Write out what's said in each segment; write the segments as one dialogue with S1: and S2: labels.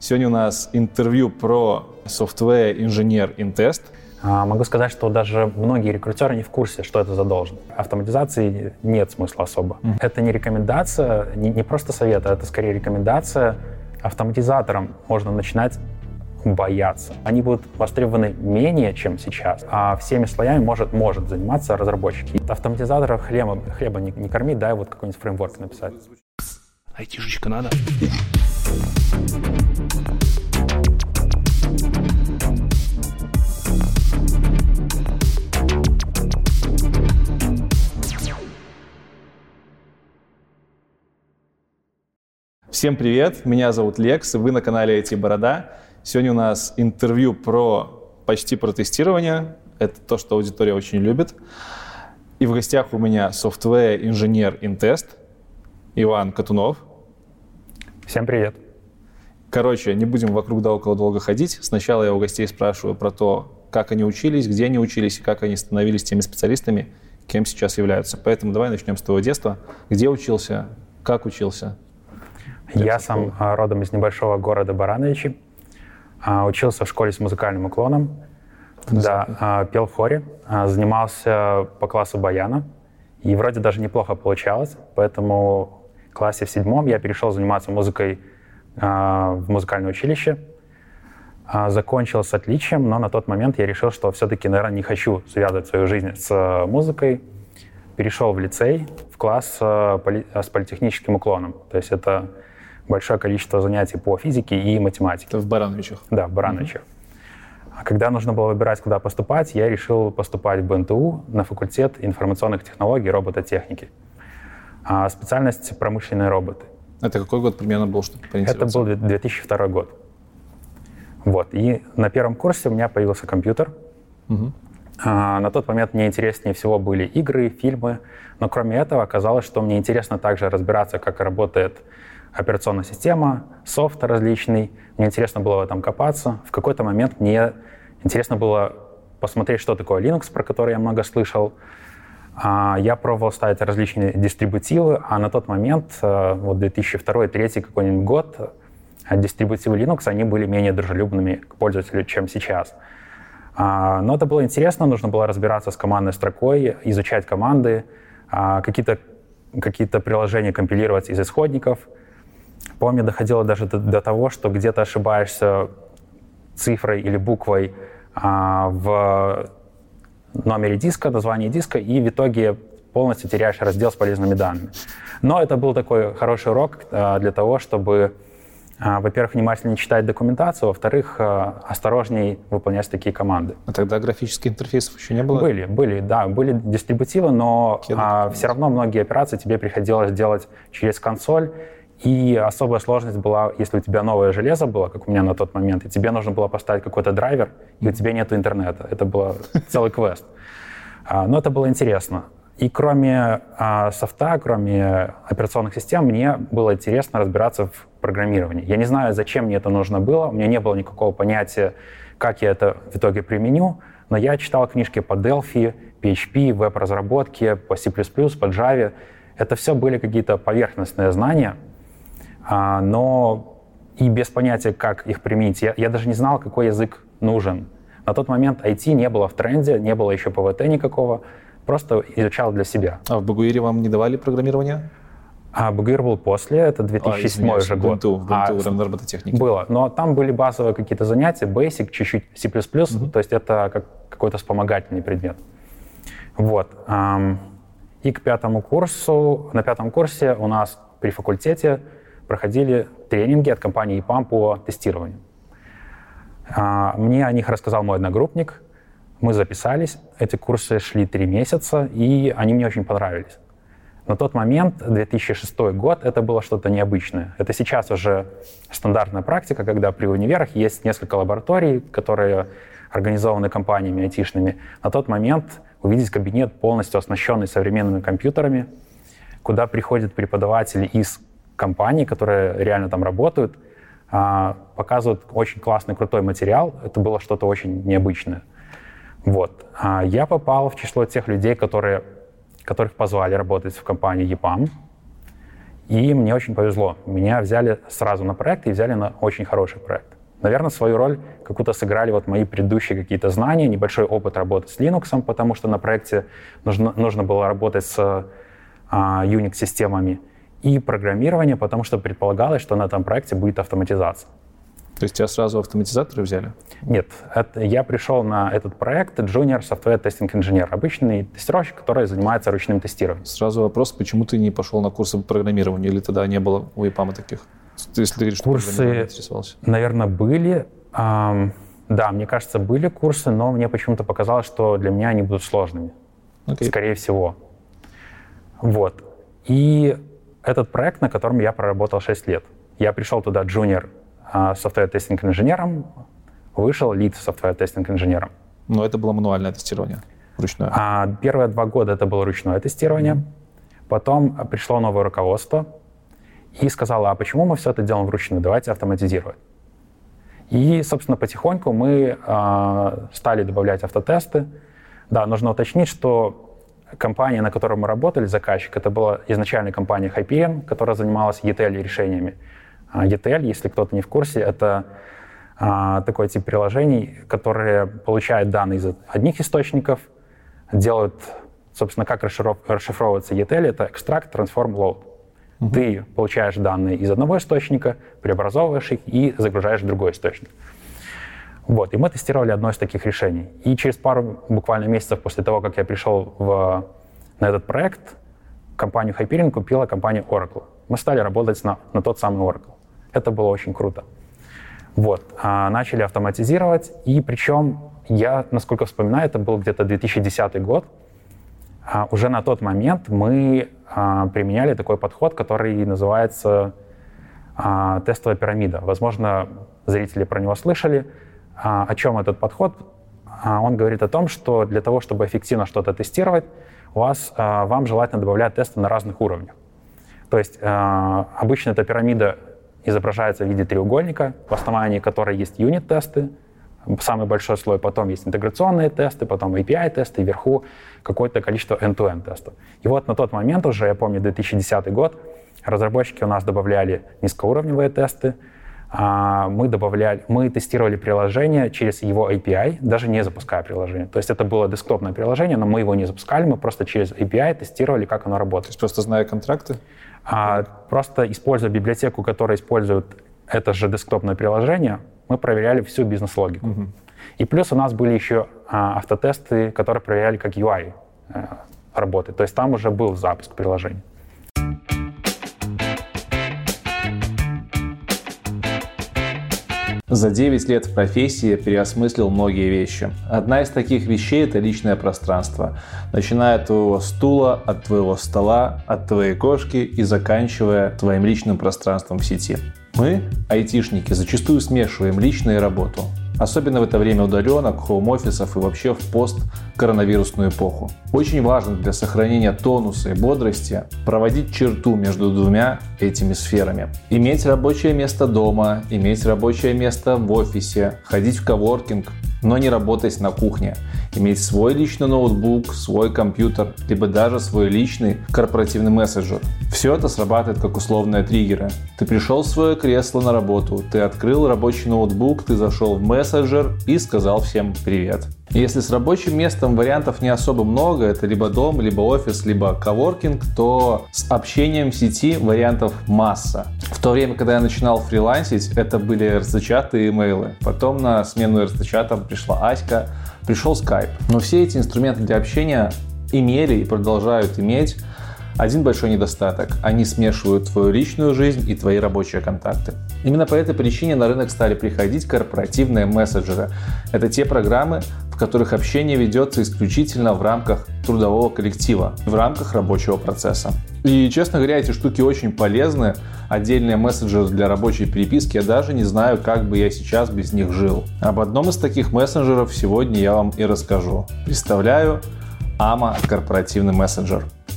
S1: Сегодня у нас интервью про Software Engineer in Test.
S2: Могу сказать, что даже многие рекрутеры не в курсе, что это за должность. Автоматизации нет смысла особо. Это не рекомендация, не просто совет, а это скорее рекомендация. Автоматизаторам можно начинать бояться. Они будут востребованы менее, чем сейчас, а всеми слоями может заниматься разработчик. Автоматизаторов хлеба не кормить, дай вот какой-нибудь фреймворк написать.
S1: Айтишечка надо. Всем привет, меня зовут Лекс, и вы на канале IT-борода. Сегодня у нас интервью почти про тестирование. Это то, что аудитория очень любит. И в гостях у меня Software Engineer in Test Иван Катунов.
S2: Всем привет.
S1: Короче, не будем вокруг да около долго ходить. Сначала я у гостей спрашиваю про то, как они учились, где они учились и как они становились теми специалистами, кем сейчас являются. Поэтому давай начнем с твоего детства. Где учился, как учился?
S2: Я сам родом из небольшого города Барановичи. Учился в школе с музыкальным уклоном. Да, пел в хоре, занимался по классу баяна. И вроде даже неплохо получалось. Поэтому в классе в 7 я перешел заниматься музыкой в музыкальное училище. Закончил с отличием, но на тот момент я решил, что все-таки, наверное, не хочу связывать свою жизнь с музыкой. Перешел в лицей, в класс с политехническим уклоном. То есть это большое количество занятий по физике и математике.
S1: Это в Барановичах? Да,
S2: в Барановичах. Когда нужно было выбирать, куда поступать, я решил поступать в БНТУ на факультет информационных технологий и робототехники. Специальность промышленные роботы.
S1: Это какой год примерно был, чтобы
S2: ориентироваться? Это был 2002 год. Вот. И на первом курсе у меня появился компьютер. На тот момент мне интереснее всего были игры, фильмы. Но кроме этого оказалось, что мне интересно также разбираться, как работает операционная система, софт различный. Мне интересно было в этом копаться. В какой-то момент мне интересно было посмотреть, что такое Linux, про который я много слышал. Я пробовал ставить различные дистрибутивы, а на тот момент, вот 2002-2003 какой-нибудь год, дистрибутивы Linux, они были менее дружелюбными к пользователю, чем сейчас. Но это было интересно, нужно было разбираться с командной строкой, изучать команды, какие-то приложения компилировать из исходников. Помню, доходило даже до того, что где-то ошибаешься цифрой или буквой в номере диска, названии диска, и в итоге полностью теряешь раздел с полезными данными. Но это был такой хороший урок для того, чтобы, во-первых, внимательнее читать документацию, во-вторых, осторожнее выполнять такие команды.
S1: А тогда графических интерфейсов еще не было?
S2: Были дистрибутивы, но все равно многие операции тебе приходилось делать через консоль. И особая сложность была, если у тебя новое железо было, как у меня на тот момент, и тебе нужно было поставить какой-то драйвер, и у тебя нет интернета. Это был целый квест. Но это было интересно. И кроме софта, кроме операционных систем, мне было интересно разбираться в программировании. Я не знаю, зачем мне это нужно было, у меня не было никакого понятия, как я это в итоге применю, но я читал книжки по Delphi, PHP, веб-разработке, по C++, по Java. Это все были какие-то поверхностные знания, но и без понятия, как их применить. Я даже не знал, какой язык нужен. На тот момент IT не было в тренде, не было еще ПВТ никакого, просто изучал для себя.
S1: А в БГУИРе вам не давали программирование?
S2: БГУИР был после, это 2007 уже год.
S1: В БНТУ робототехники.
S2: Было, но там были базовые какие-то занятия, Basic, чуть-чуть C++, то есть это как какой-то вспомогательный предмет. Вот. И к на 5 курсе у нас при факультете проходили тренинги от компании EPAM по тестированию. Мне о них рассказал мой одногруппник. Мы записались. Эти курсы шли 3 месяца, и они мне очень понравились. На тот момент, 2006 год, это было что-то необычное. Это сейчас уже стандартная практика, когда при универах есть несколько лабораторий, которые организованы компаниями айтишными. На тот момент увидеть кабинет, полностью оснащенный современными компьютерами, куда приходят преподаватели из компаний, которые реально там работают, показывают очень классный, крутой материал. Это было что-то очень необычное. Вот. Я попал в число тех людей, которых позвали работать в компании EPAM. И мне очень повезло. Меня взяли сразу на проект и взяли на очень хороший проект. Наверное, свою роль какую-то сыграли вот мои предыдущие какие-то знания, небольшой опыт работы с Linux, потому что на проекте нужно было работать с Unix-системами, и программирование, потому что предполагалось, что на этом проекте будет автоматизация.
S1: То есть тебя сразу автоматизаторы взяли?
S2: Нет, я пришел на этот проект Junior Software Testing Engineer, обычный тестировщик, который занимается ручным тестированием.
S1: Сразу вопрос, почему ты не пошел на курсы по программированию, или тогда не было у ИПАМа таких? Если ты говоришь, что
S2: курсы, наверное, были. Да, мне кажется, были курсы, но мне почему-то показалось, что для меня они будут сложными. Скорее всего. Вот. И этот проект, на котором я проработал 6 лет. Я пришел туда Junior Software Testing инженером, вышел Lead Software Testing инженером.
S1: Но это было мануальное тестирование, ручное?
S2: Первые 2 года это было ручное тестирование. Потом пришло новое руководство и сказало, а почему мы все это делаем вручную, давайте автоматизировать. И, собственно, потихоньку мы стали добавлять автотесты. Да, нужно уточнить, что компания, на которой мы работали, заказчик, это была изначально компания Hyperion, которая занималась ETL решениями. ETL, если кто-то не в курсе, это такой тип приложений, которые получают данные из одних источников, делают, собственно, как расшифровывается ETL, это Extract, Transform, Load. Ты получаешь данные из одного источника, преобразовываешь их и загружаешь в другой источник. Вот. И мы тестировали одно из таких решений. И через пару буквально месяцев после того, как я пришел на этот проект, компанию Hyperion купила компания Oracle. Мы стали работать на тот самый Oracle. Это было очень круто. Вот. Начали автоматизировать. И причем, я, насколько вспоминаю, это был где-то 2010 год. Уже на тот момент мы применяли такой подход, который называется тестовая пирамида. Возможно, зрители про него слышали. О чем этот подход? Он говорит о том, что для того, чтобы эффективно что-то тестировать, вам желательно добавлять тесты на разных уровнях. То есть обычно эта пирамида изображается в виде треугольника, в основании которой есть юнит-тесты, самый большой слой, потом есть интеграционные тесты, потом API-тесты, и вверху какое-то количество end-to-end тестов. И вот на тот момент уже, я помню, 2010 год, разработчики у нас добавляли низкоуровневые тесты, мы тестировали приложение через его API, даже не запуская приложение. То есть это было десктопное приложение, но мы его не запускали, мы просто через API тестировали, как оно работает.
S1: То есть просто зная контракты?
S2: Просто используя библиотеку, которая использует это же десктопное приложение, мы проверяли всю бизнес-логику. И плюс у нас были еще автотесты, которые проверяли, как UI работает. То есть там уже был запуск приложения.
S1: За 9 лет в профессии я переосмыслил многие вещи. Одна из таких вещей – это личное пространство. Начиная от твоего стула, от твоего стола, от твоей кошки и заканчивая твоим личным пространством в сети. Мы, айтишники, зачастую смешиваем личное и работу. Особенно в это время удаленок, хоум-офисов и вообще в пост-коронавирусную эпоху. Очень важно для сохранения тонуса и бодрости проводить черту между двумя этими сферами. Иметь рабочее место дома, иметь рабочее место в офисе, ходить в коворкинг, но не работать на кухне. Иметь свой личный ноутбук, свой компьютер, либо даже свой личный корпоративный мессенджер. Все это срабатывает как условные триггеры. Ты пришел в свое кресло на работу, ты открыл рабочий ноутбук, ты зашел в мессенджер и сказал всем привет. Если с рабочим местом вариантов не особо много, это либо дом, либо офис, либо коворкинг, то с общением в сети вариантов масса. В то время, когда я начинал фрилансить, это были RC-чаты и имейлы. Потом на смену RC-чатам пришла Аська, пришел Skype. Но все эти инструменты для общения имели и продолжают иметь один большой недостаток. Они смешивают твою личную жизнь и твои рабочие контакты. Именно по этой причине на рынок стали приходить корпоративные мессенджеры. Это те программы, в которых общение ведется исключительно в рамках трудового коллектива, в рамках рабочего процесса. И, честно говоря, эти штуки очень полезны. Отдельные мессенджеры для рабочей переписки, я даже не знаю, как бы я сейчас без них жил. Об одном из таких мессенджеров сегодня я вам и расскажу. Представляю AMA корпоративный мессенджер.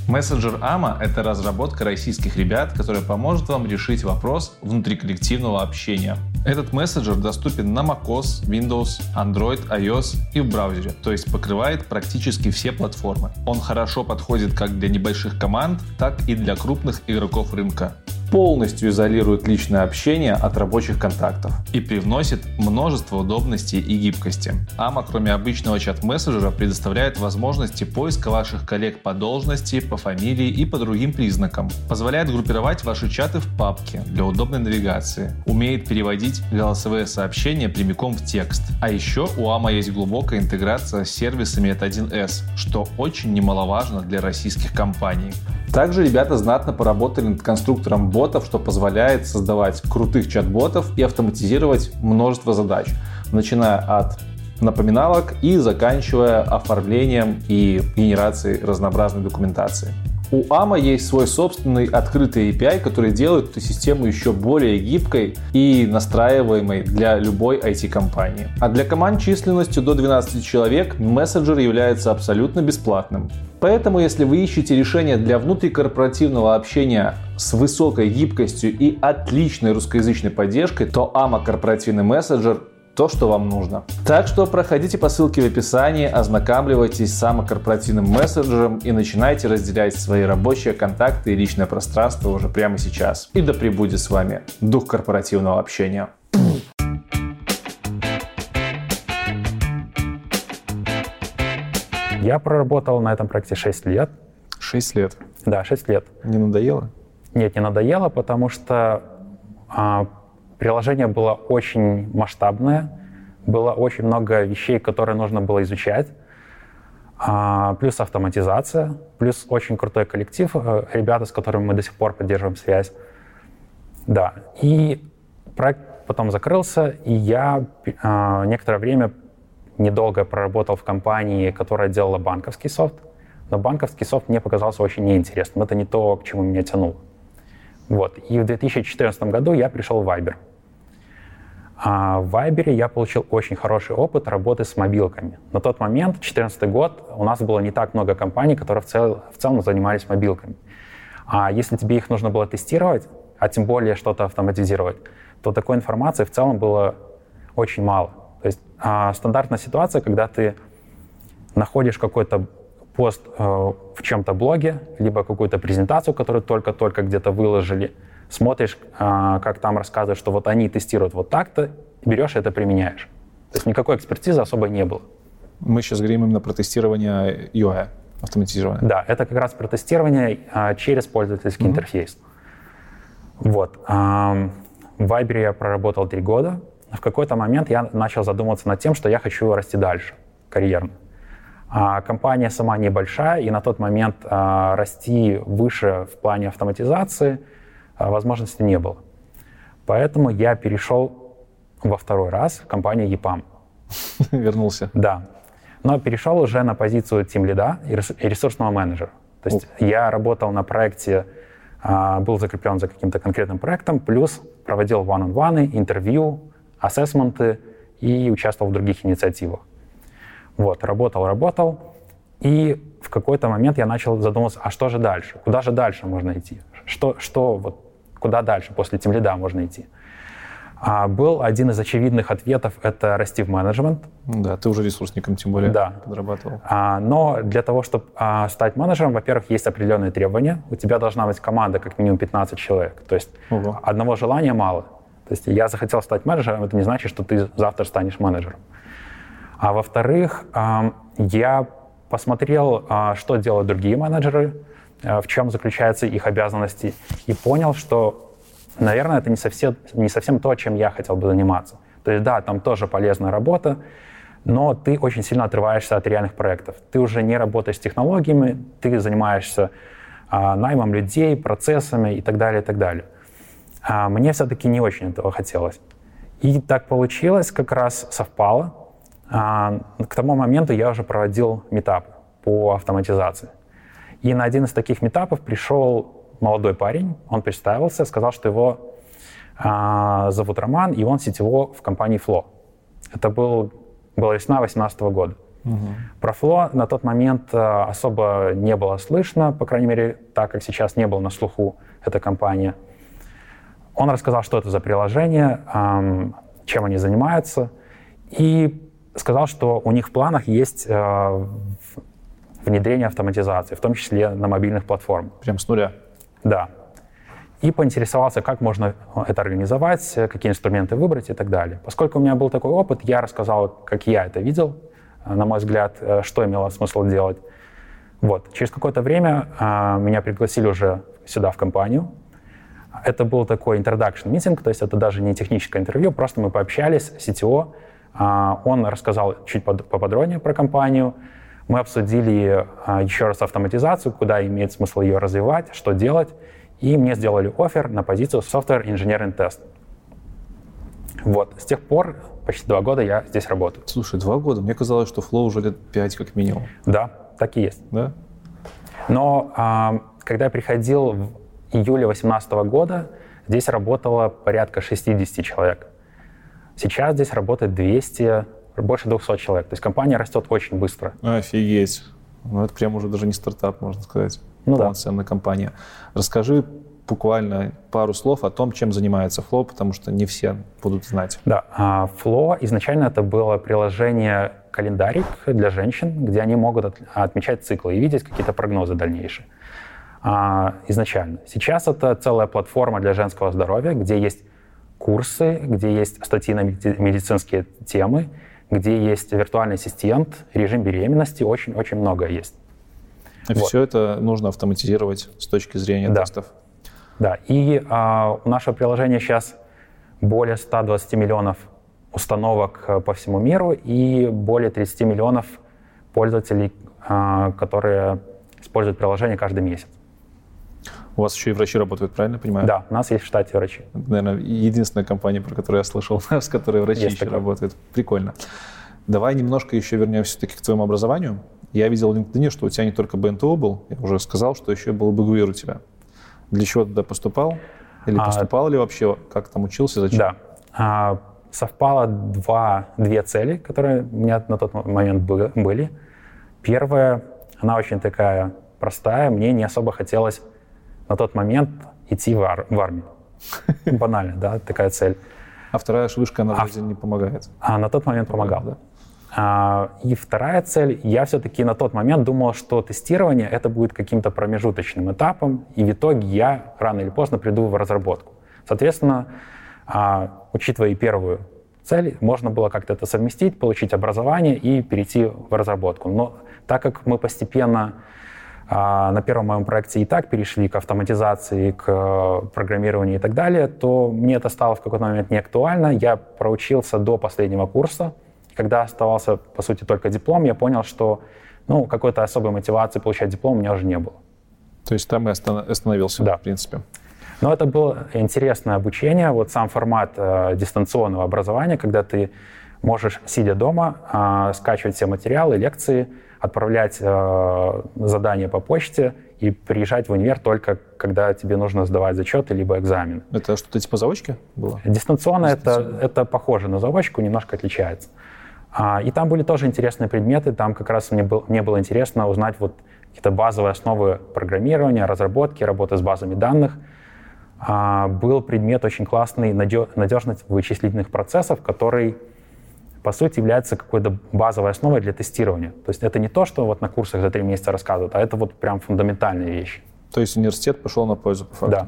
S1: Мессенджер AMA — это разработка российских ребят, которая поможет вам решить вопрос внутриколлективного общения. Этот мессенджер доступен на macOS, Windows, Android, iOS и в браузере, то есть покрывает практически все платформы. Он хорошо подходит как для небольших команд, так и для крупных игроков рынка. Полностью изолирует личное общение от рабочих контактов и привносит множество удобностей и гибкости. AMA, кроме обычного чат-мессенджера, предоставляет возможности поиска ваших коллег по должности, по фамилии и по другим признакам. Позволяет группировать ваши чаты в папки для удобной навигации. Умеет переводить голосовые сообщения прямиком в текст. А еще у AMA есть глубокая интеграция с сервисами от 1С, что очень немаловажно для российских компаний. Также ребята знатно поработали над конструктором ботов, что позволяет создавать крутых чат-ботов и автоматизировать множество задач, начиная от напоминалок и заканчивая оформлением и генерацией разнообразной документации. У AMA есть свой собственный открытый API, который делает эту систему еще более гибкой и настраиваемой для любой IT-компании. А для команд численностью до 12 человек мессенджер является абсолютно бесплатным. Поэтому, если вы ищете решение для внутрикорпоративного общения с высокой гибкостью и отличной русскоязычной поддержкой, то AMA корпоративный мессенджер — то, что вам нужно. Так что проходите по ссылке в описании, ознакомливайтесь с AMA корпоративным мессенджером и начинайте разделять свои рабочие контакты и личное пространство уже прямо сейчас. И да пребудет с вами дух корпоративного общения.
S2: Я проработал на этом проекте 6 лет.
S1: 6 лет?
S2: Да, 6 лет.
S1: Не надоело?
S2: Нет, не надоело, потому что приложение было очень масштабное, было очень много вещей, которые нужно было изучать, плюс автоматизация, плюс очень крутой коллектив, ребята, с которыми мы до сих пор поддерживаем связь. Да, и проект потом закрылся, и я некоторое время недолго проработал в компании, которая делала банковский софт, но банковский софт мне показался очень неинтересным, это не то, к чему меня тянуло. Вот. И в 2014 году я пришел в Viber. В Viber я получил очень хороший опыт работы с мобилками. На тот момент, 2014 год, у нас было не так много компаний, которые в целом занимались мобилками. А если тебе их нужно было тестировать, а тем более что-то автоматизировать, то такой информации в целом было очень мало. То есть стандартная ситуация, когда ты находишь какой-то пост в чем-то блоге, либо какую-то презентацию, которую только-только где-то выложили, смотришь, как там рассказывают, что вот они тестируют вот так-то, берешь и это применяешь. То есть никакой экспертизы особо не было.
S1: Мы сейчас говорим именно про тестирование UI, автоматизированное.
S2: Да, это как раз про тестирование через пользовательский интерфейс. Вот. В Viber я проработал 3 года. В какой-то момент я начал задумываться над тем, что я хочу расти дальше, карьерно. Компания сама небольшая, и на тот момент расти выше в плане автоматизации возможности не было. Поэтому я перешел во второй раз в компанию EPAM.
S1: Вернулся.
S2: Да. Но перешел уже на позицию тимлида и ресурсного менеджера. То есть я работал на проекте, был закреплен за каким-то конкретным проектом, плюс проводил one-on-one, интервью, ассессменты и участвовал в других инициативах. Вот, работал, и в какой-то момент я начал задумываться, а что же дальше? Куда же дальше можно идти? Куда дальше после тимлида можно идти? Был один из очевидных ответов — это расти в менеджмент.
S1: Да, ты уже ресурсником тем более подрабатывал.
S2: Но для того, чтобы стать менеджером, во-первых, есть определенные требования. У тебя должна быть команда как минимум 15 человек. То есть одного желания мало. То есть я захотел стать менеджером, это не значит, что ты завтра станешь менеджером. А во-вторых, я посмотрел, что делают другие менеджеры, в чем заключаются их обязанности, и понял, что, наверное, это не совсем то, чем я хотел бы заниматься. То есть да, там тоже полезная работа, но ты очень сильно отрываешься от реальных проектов. Ты уже не работаешь с технологиями, ты занимаешься наймом людей, процессами и так далее, и так далее. Мне все-таки не очень этого хотелось. И так получилось, как раз совпало. К тому моменту я уже проводил митапы по автоматизации. И на один из таких митапов пришел молодой парень, он представился, сказал, что его зовут Роман, и он CTO в компании Flow. Это была весна 2018 года. Про Flow на тот момент особо не было слышно, по крайней мере, так как сейчас не было на слуху эта компания. Он рассказал, что это за приложение, чем они занимаются, и сказал, что у них в планах есть внедрение автоматизации, в том числе на мобильных платформах.
S1: Прям с нуля?
S2: Да. И поинтересовался, как можно это организовать, какие инструменты выбрать и так далее. Поскольку у меня был такой опыт, я рассказал, как я это видел, на мой взгляд, что имело смысл делать. Вот. Через какое-то время меня пригласили уже сюда, в компанию. Это был такой introduction meeting, то есть это даже не техническое интервью, просто мы пообщались с CTO. Он рассказал чуть поподробнее про компанию. Мы обсудили еще раз автоматизацию, куда имеет смысл ее развивать, что делать. И мне сделали оффер на позицию Software Engineering Test. Вот. С тех пор почти 2 года я здесь работаю.
S1: Слушай, 2 года? Мне казалось, что Flow уже лет 5 как минимум.
S2: Да, так и есть.
S1: Да?
S2: Но когда я приходил в июле 2018 года, здесь работало порядка 60 человек. Сейчас здесь работает больше 200 человек. То есть компания растет очень быстро.
S1: Офигеть. Ну, это прям уже даже не стартап, можно сказать.
S2: Ну,
S1: полноценная компания. Расскажи буквально пару слов о том, чем занимается Flow, потому что не все будут знать.
S2: Да, Flow изначально это было приложение-календарик для женщин, где они могут отмечать циклы и видеть какие-то прогнозы дальнейшие. Изначально. Сейчас это целая платформа для женского здоровья, где есть курсы, где есть статьи на медицинские темы, где есть виртуальный ассистент, режим беременности, очень-очень многое есть.
S1: И вот. Все это нужно автоматизировать с точки зрения тестов.
S2: Да, и у нашего приложения сейчас более 120 миллионов установок по всему миру и более 30 миллионов пользователей, которые используют приложение каждый месяц.
S1: У вас еще и врачи работают, правильно понимаю?
S2: Да, у нас есть в штате врачи.
S1: Это, наверное, единственная компания, про которую я слышал, с которой врачи есть еще работают. Прикольно. Давай немножко еще вернемся все-таки к твоему образованию. Я видел в LinkedIn, что у тебя не только БНТУ был, я уже сказал, что еще был БГУИР у тебя. Для чего ты туда поступал? Или поступал ли вообще? Как там учился? Зачем?
S2: Да. Совпало две цели, которые у меня на тот момент были. Первая, она очень такая простая. Мне не особо хотелось на тот момент идти в армию. Банально, да, такая цель.
S1: А вторая вышка, она вроде не помогает.
S2: На тот момент помогала. Да? И вторая цель, я все-таки на тот момент думал, что тестирование это будет каким-то промежуточным этапом, и в итоге я рано или поздно приду в разработку. Соответственно, учитывая и первую цель, можно было как-то это совместить, получить образование и перейти в разработку. Но так как мы постепенно на первом моем проекте и так перешли к автоматизации, к программированию и так далее, то мне это стало в какой-то момент не актуально. Я проучился до последнего курса. Когда оставался, по сути, только диплом, я понял, что какой-то особой мотивации получать диплом у меня уже не было.
S1: То есть там и остановился,
S2: да.
S1: В принципе.
S2: Но это было интересное обучение. Вот сам формат дистанционного образования, когда ты можешь, сидя дома, скачивать все материалы, лекции, отправлять задания по почте и приезжать в универ только когда тебе нужно сдавать зачеты либо экзамен.
S1: Это что-то типа заочки было?
S2: Дистанционно. Это похоже на заочку, немножко отличается. И там были тоже интересные предметы. Там как раз мне было интересно узнать вот какие-то базовые основы программирования, разработки, работы с базами данных. Был предмет очень классный надежность вычислительных процессов, который, по сути, является какой-то базовой основой для тестирования. То есть это не то, что вот на курсах за 3 месяца рассказывают, а это вот прям фундаментальные вещи.
S1: То есть университет пошел на пользу, по факту?
S2: Да.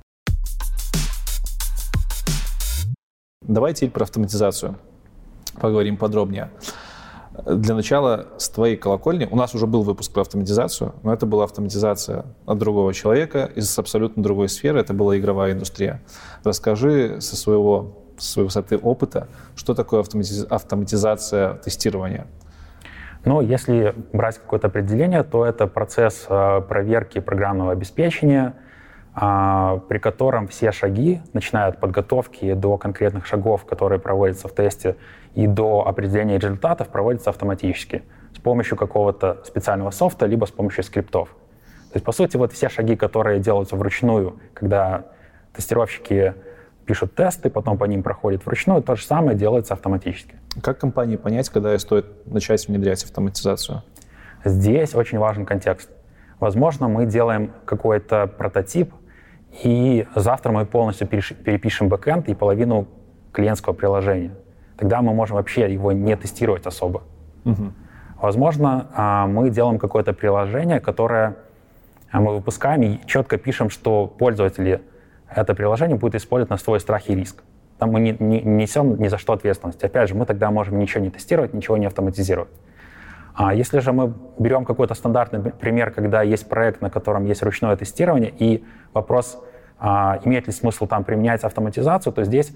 S1: Давай теперь про автоматизацию поговорим подробнее. Для начала, с твоей колокольни, у нас уже был выпуск про автоматизацию, но это была автоматизация от другого человека из абсолютно другой сферы, это была игровая индустрия. Расскажи со своей высоты опыта, что такое автоматизация тестирования?
S2: Если брать какое-то определение, то это процесс проверки программного обеспечения, при котором все шаги, начиная от подготовки до конкретных шагов, которые проводятся в тесте, и до определения результатов, проводятся автоматически с помощью какого-то специального софта, либо с помощью скриптов. То есть, по сути, вот все шаги, которые делаются вручную, когда тестировщики пишут тесты, потом по ним проходят вручную, то же самое делается автоматически.
S1: Как компании понять, когда стоит начать внедрять автоматизацию?
S2: Здесь очень важен контекст. Возможно, мы делаем какой-то прототип, и завтра мы полностью перепишем бэкэнд и половину клиентского приложения. Тогда мы можем вообще его не тестировать особо. Возможно, мы делаем какое-то приложение, которое мы выпускаем и четко пишем, что пользователи это приложение будут использовать на свой страх и риск. Там мы не несем ни за что ответственность. Опять же, мы тогда можем ничего не тестировать, ничего не автоматизировать. А если же мы берем какой-то стандартный пример, когда есть проект, на котором есть ручное тестирование, и вопрос, имеет ли смысл там применять автоматизацию, то здесь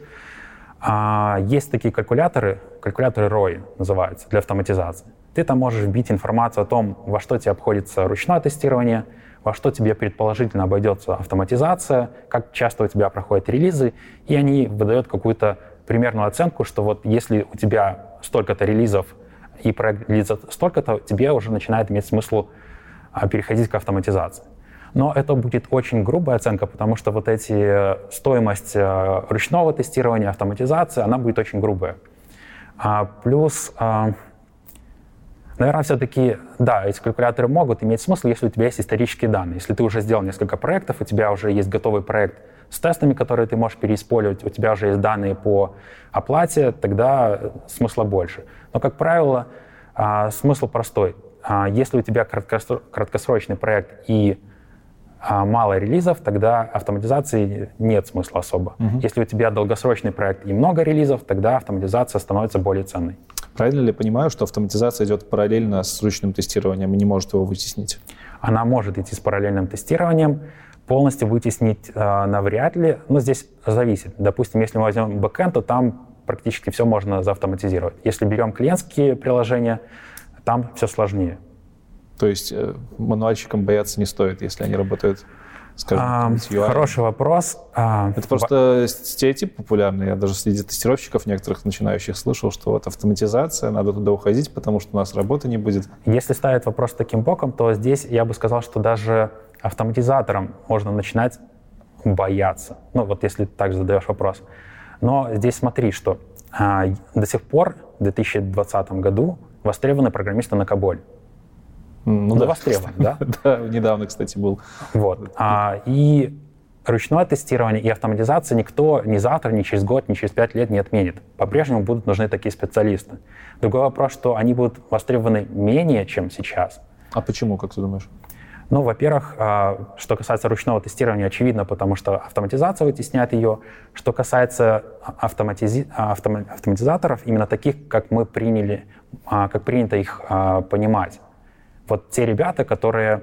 S2: есть такие калькуляторы ROI называются, для автоматизации. Ты там можешь вбить информацию о том, во что тебе обходится ручное тестирование, во что тебе предположительно обойдется автоматизация, как часто у тебя проходят релизы, и они выдают какую-то примерную оценку, что вот если у тебя столько-то релизов и проект релиза столько-то, тебе уже начинает иметь смысл переходить к автоматизации. Но это будет очень грубая оценка, потому что вот стоимость ручного тестирования, автоматизации, она будет очень грубая. Плюс, наверное, все-таки, да, эти калькуляторы могут иметь смысл, если у тебя есть исторические данные. Если ты уже сделал несколько проектов, у тебя уже есть готовый проект с тестами, которые ты можешь переиспользовать, у тебя уже есть данные по оплате, тогда смысла больше. Но, как правило, смысл простой. Если у тебя краткосрочный проект и мало релизов, тогда автоматизации нет смысла особо. Если у тебя долгосрочный проект и много релизов, тогда автоматизация становится более ценной.
S1: Правильно ли я понимаю, что автоматизация идет параллельно с ручным тестированием и не может его вытеснить?
S2: Она может идти с параллельным тестированием. Полностью вытеснить навряд ли, но здесь зависит. Допустим, если мы возьмем бэкэнд, то там практически все можно заавтоматизировать. Если берем клиентские приложения, там все сложнее.
S1: То есть мануальщикам бояться не стоит, если они работают, скажем, с UI?
S2: Хороший вопрос.
S1: Это просто стереотип популярный. Я даже среди тестировщиков некоторых начинающих слышал, что вот автоматизация, надо туда уходить, потому что у нас работы не будет.
S2: Если ставить вопрос таким боком, то здесь я бы сказал, что даже автоматизаторам можно начинать бояться. Ну вот если ты так задаешь вопрос. Но здесь смотри, что до сих пор, в 2020 году, востребованы программисты на COBOL.
S1: Ну да,
S2: востребован, да?
S1: Да, недавно, кстати, был.
S2: Вот. И ручное тестирование и автоматизация никто ни завтра, ни через год, ни через 5 лет не отменит. По-прежнему будут нужны такие специалисты. Другой вопрос, что они будут востребованы менее, чем сейчас.
S1: А почему, как ты думаешь?
S2: Ну, во-первых, что касается ручного тестирования, очевидно, потому что автоматизация вытесняет ее. Что касается автоматизаторов, именно таких, как мы приняли, как принято их понимать. Вот те ребята, которые...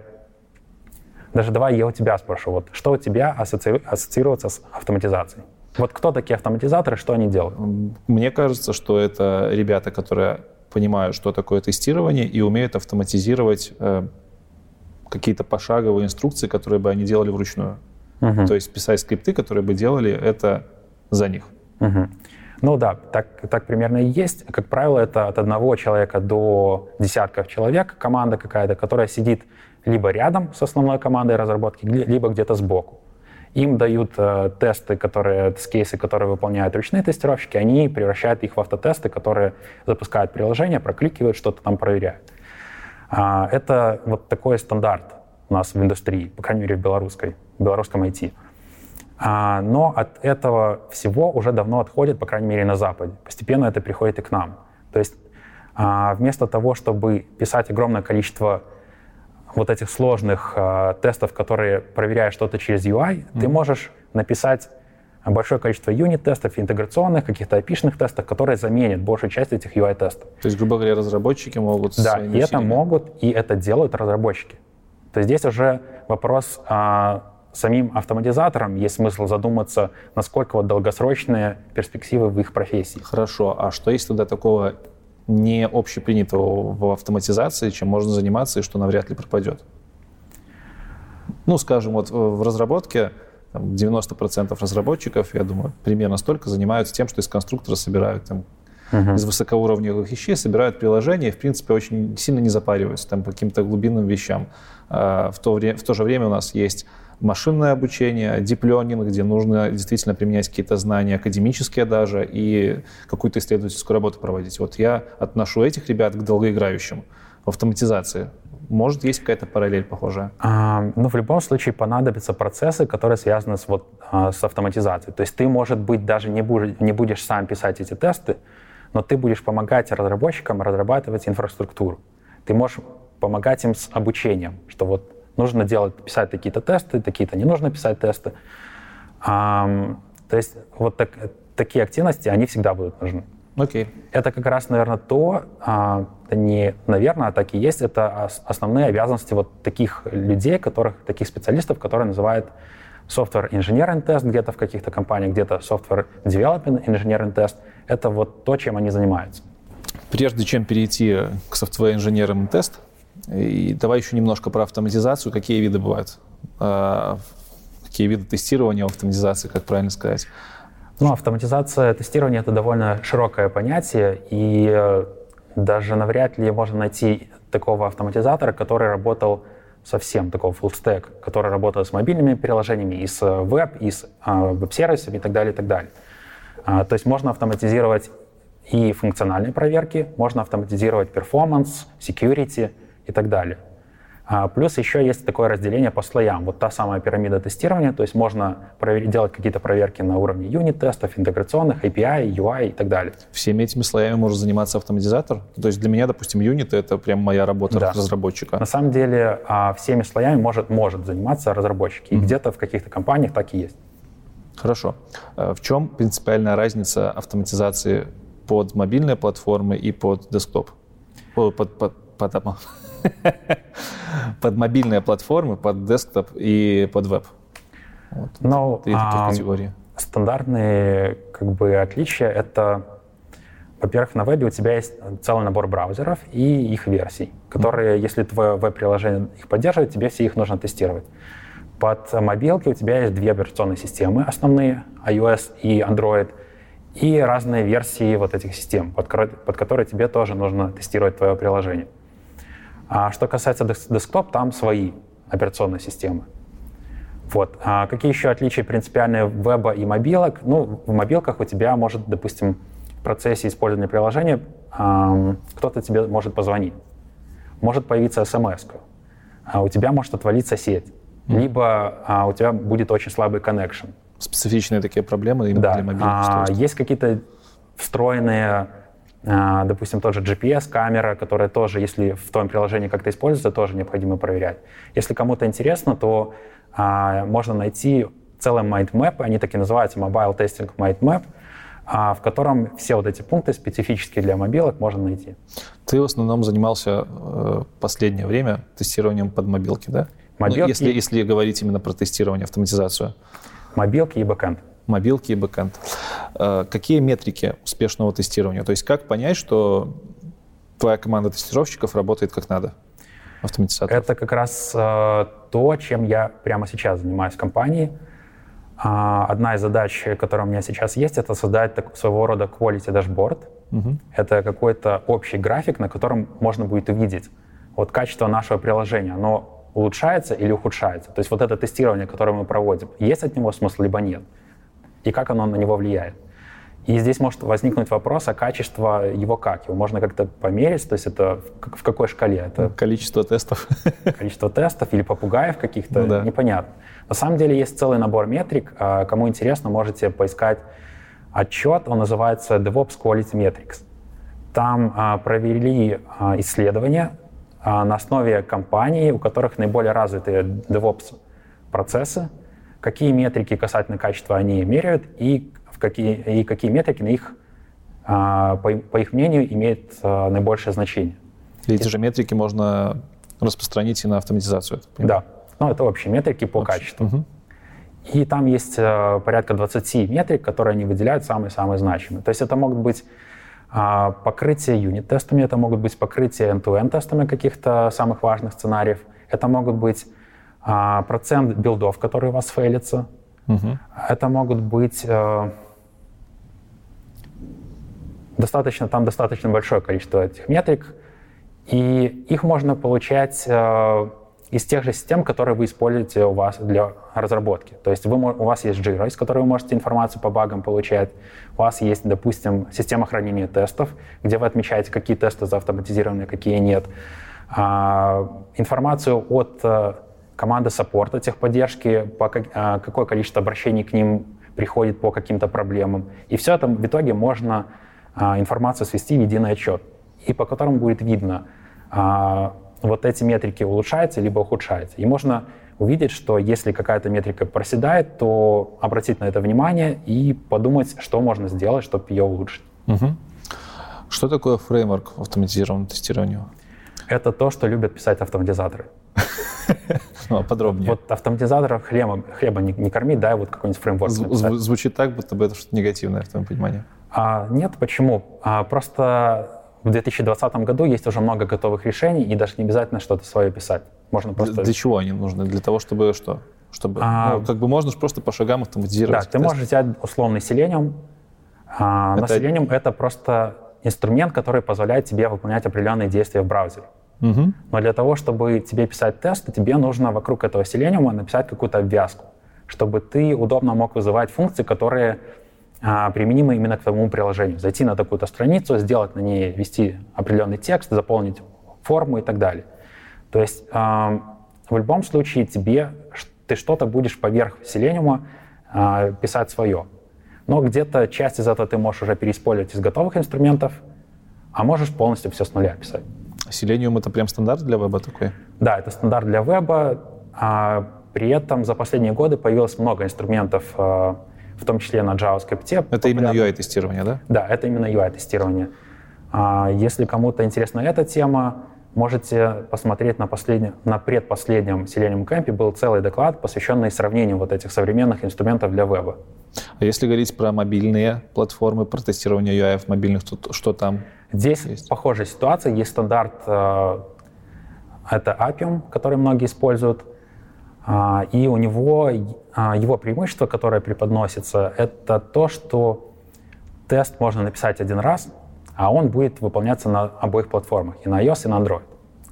S2: Даже давай я у тебя спрошу, вот что у тебя ассоциируется с автоматизацией? Вот кто такие автоматизаторы, что они делают?
S1: Мне кажется, что это ребята, которые понимают, что такое тестирование, и умеют автоматизировать какие-то пошаговые инструкции, которые бы они делали вручную. То есть писать скрипты, которые бы делали это за них.
S2: Ну да, так примерно и есть. Как правило, это от одного человека до десятков человек, команда какая-то, которая сидит либо рядом с основной командой разработки, либо где-то сбоку. Им дают тест-кейсы, которые выполняют ручные тестировщики, они превращают их в автотесты, которые запускают приложение, прокликивают, что-то там проверяют. Это вот такой стандарт у нас в индустрии, по крайней мере, в белорусском IT. Но от этого всего уже давно отходит, по крайней мере, на Западе. Постепенно это приходит и к нам. То есть вместо того, чтобы писать огромное количество вот этих сложных тестов, которые проверяют что-то через UI, ты можешь написать большое количество юнит-тестов, интеграционных, каких-то API-шных тестов, которые заменят большую часть этих UI-тестов.
S1: То есть, грубо говоря, разработчики могут...
S2: Да, и это могут, и это делают разработчики. То есть здесь уже вопрос самим автоматизаторам, есть смысл задуматься, насколько вот долгосрочные перспективы в их профессии.
S1: Хорошо, а что есть тогда такого не общепринятого в автоматизации, чем можно заниматься и что навряд ли пропадет? Ну, скажем, вот в разработке 90% разработчиков, я думаю, примерно столько занимаются тем, что из конструктора собирают там, из высокоуровневых вещей, собирают приложения и, в принципе, очень сильно не запариваются там, по каким-то глубинным вещам. В то же время у нас есть машинное обучение, deep learning, где нужно действительно применять какие-то знания, академические даже, и какую-то исследовательскую работу проводить. Вот я отношу этих ребят к долгоиграющим в автоматизации. Может, есть какая-то параллель похожая?
S2: Ну, в любом случае понадобятся процессы, которые связаны с автоматизацией. То есть ты, может быть, даже не будешь сам писать эти тесты, но ты будешь помогать разработчикам разрабатывать инфраструктуру. Ты можешь помогать им с обучением, что вот нужно писать такие-то тесты, такие-то не нужно писать тесты. То есть вот такие активности, они всегда будут нужны.
S1: Окей.
S2: Это как раз, наверное, не наверное, а так и есть, это основные обязанности вот таких людей, таких специалистов, которые называют software engineering test где-то в каких-то компаниях, где-то software development engineering test. Это вот то, чем они занимаются.
S1: Прежде чем перейти к software engineering test, и давай еще немножко про автоматизацию. Какие виды бывают? Какие виды тестирования автоматизации, как правильно сказать?
S2: Ну, автоматизация тестирования — это довольно широкое понятие, и даже навряд ли можно найти такого автоматизатора, который работал совсем, такого full stack, который работал с мобильными приложениями, и с веб, и с веб-сервисами и так далее, и так далее. То есть можно автоматизировать и функциональные проверки, можно автоматизировать performance, security и так далее. Плюс еще есть такое разделение по слоям. Вот та самая пирамида тестирования, то есть можно делать какие-то проверки на уровне юнит-тестов, интеграционных, API, UI и так далее.
S1: Всеми этими слоями может заниматься автоматизатор? То есть для меня, допустим, юнит — это прям моя работа разработчика.
S2: На самом деле всеми слоями может заниматься разработчик. И где-то в каких-то компаниях так и есть.
S1: Хорошо. В чем принципиальная разница автоматизации под мобильные платформы и под десктоп? Под мобильные платформы, под десктоп и под веб. Вот.
S2: Ну,
S1: Три таких категории.
S2: Стандартные отличия — это, во-первых, на вебе у тебя есть целый набор браузеров и их версий, которые, если твое веб-приложение их поддерживает, тебе все их нужно тестировать. Под мобилки у тебя есть две операционные системы основные, iOS и Android, и разные версии вот этих систем, под которые тебе тоже нужно тестировать твое приложение. А что касается десктоп, там свои операционные системы. Вот. А какие еще отличия принципиальные веба и мобилок? Ну, в мобилках у тебя может, допустим, в процессе использования приложения кто-то тебе может позвонить. Может появиться смс-ка. У тебя может отвалиться сеть. Либо у тебя будет очень слабый connection.
S1: Специфичные такие проблемы именно для мобильных устройств.
S2: Есть какие-то встроенные, допустим, тот же GPS-камера, которая тоже, если в твоем приложении как-то используется, тоже необходимо проверять. Если кому-то интересно, то можно найти целый mindmap, они так и называются Mobile Testing Mindmap, в котором все вот эти пункты специфические для мобилок можно найти.
S1: Ты в основном занимался последнее время тестированием под мобилки, да?
S2: Мобилки,
S1: если говорить именно про тестирование, автоматизацию.
S2: Мобилки и бэкэнд.
S1: Мобилки и бэкэнд. Какие метрики успешного тестирования? То есть как понять, что твоя команда тестировщиков работает как надо? Автоматизатор.
S2: Это как раз то, чем я прямо сейчас занимаюсь в компании. Одна из задач, которая у меня сейчас есть, это создать своего рода quality dashboard. Это какой-то общий график, на котором можно будет увидеть вот качество нашего приложения. Оно улучшается или ухудшается. То есть вот это тестирование, которое мы проводим, есть от него смысл, либо нет. И как оно на него влияет. И здесь может возникнуть вопрос, а качество его как? Его можно как-то померить? То есть это в какой шкале? Это
S1: количество тестов.
S2: Количество тестов или попугаев каких-то? Непонятно. На самом деле есть целый набор метрик. Кому интересно, можете поискать отчет. Он называется DevOps Quality Metrics. Там провели исследования на основе компаний, у которых наиболее развитые DevOps-процессы, какие метрики касательно качества они меряют и какие метрики на их, по их мнению, имеют наибольшее значение.
S1: Эти же метрики можно распространить и на автоматизацию.
S2: Да, это общие метрики по качеству. И там есть порядка 20 метрик, которые они выделяют самые-самые значимые. То есть это могут быть покрытие юнит-тестами, это могут быть покрытие end-to-end тестами каких-то самых важных сценариев, это могут быть процент билдов, которые у вас фейлятся, это могут быть достаточно большое количество этих метрик, и их можно получать из тех же систем, которые вы используете у вас для разработки. То есть у вас есть Jira, из которой вы можете информацию по багам получать. У вас есть, допустим, система хранения тестов, где вы отмечаете, какие тесты заавтоматизированы, какие нет. Информацию от команды саппорта, техподдержки, какое количество обращений к ним приходит по каким-то проблемам. И все это в итоге можно информацию свести в единый отчет, и по которому будет видно, вот эти метрики улучшаются либо ухудшаются. И можно увидеть, что если какая-то метрика проседает, то обратить на это внимание и подумать, что можно сделать, чтобы ее улучшить.
S1: Угу. Что такое фреймворк автоматизированного тестирования?
S2: Это то, что любят писать автоматизаторы.
S1: Подробнее.
S2: Вот автоматизаторов хлеба не корми, дай вот какой-нибудь фреймворк.
S1: Звучит так, будто бы это что-то негативное в твоем понимании.
S2: Нет, почему? Просто в 2020 году есть уже много готовых решений, и даже не обязательно что-то свое писать. Можно просто...
S1: Для чего они нужны? Для того, чтобы что? Чтобы, можно же просто по шагам автоматизировать.
S2: Да, ты можешь взять условный Selenium. Но Selenium — это просто инструмент, который позволяет тебе выполнять определенные действия в браузере.
S1: Угу.
S2: Но для того, чтобы тебе писать тесты, тебе нужно вокруг этого Selenium написать какую-то обвязку, чтобы ты удобно мог вызывать функции, которые применимы именно к твоему приложению. Зайти на такую-то страницу, сделать на ней, ввести определенный текст, заполнить форму и так далее. То есть в любом случае ты что-то будешь поверх Selenium писать свое. Но где-то часть из этого ты можешь уже переиспользовать из готовых инструментов, а можешь полностью все с нуля писать.
S1: Selenium — это прям стандарт для веба такой?
S2: Да, это стандарт для веба. При этом за последние годы появилось много инструментов, в том числе на JavaScript.
S1: Это именно UI-тестирование, да?
S2: Да, это именно UI-тестирование. Если кому-то интересна эта тема, можете посмотреть на предпоследнем Selenium Camp был целый доклад, посвященный сравнению вот этих современных инструментов для веба.
S1: А если говорить про мобильные платформы, про тестирование UI в мобильных, то что там?
S2: Здесь
S1: есть
S2: похожая ситуация. Есть стандарт, это Appium, который многие используют. И у него его преимущество, которое преподносится, это то, что тест можно написать один раз, а он будет выполняться на обоих платформах, и на iOS, и на Android.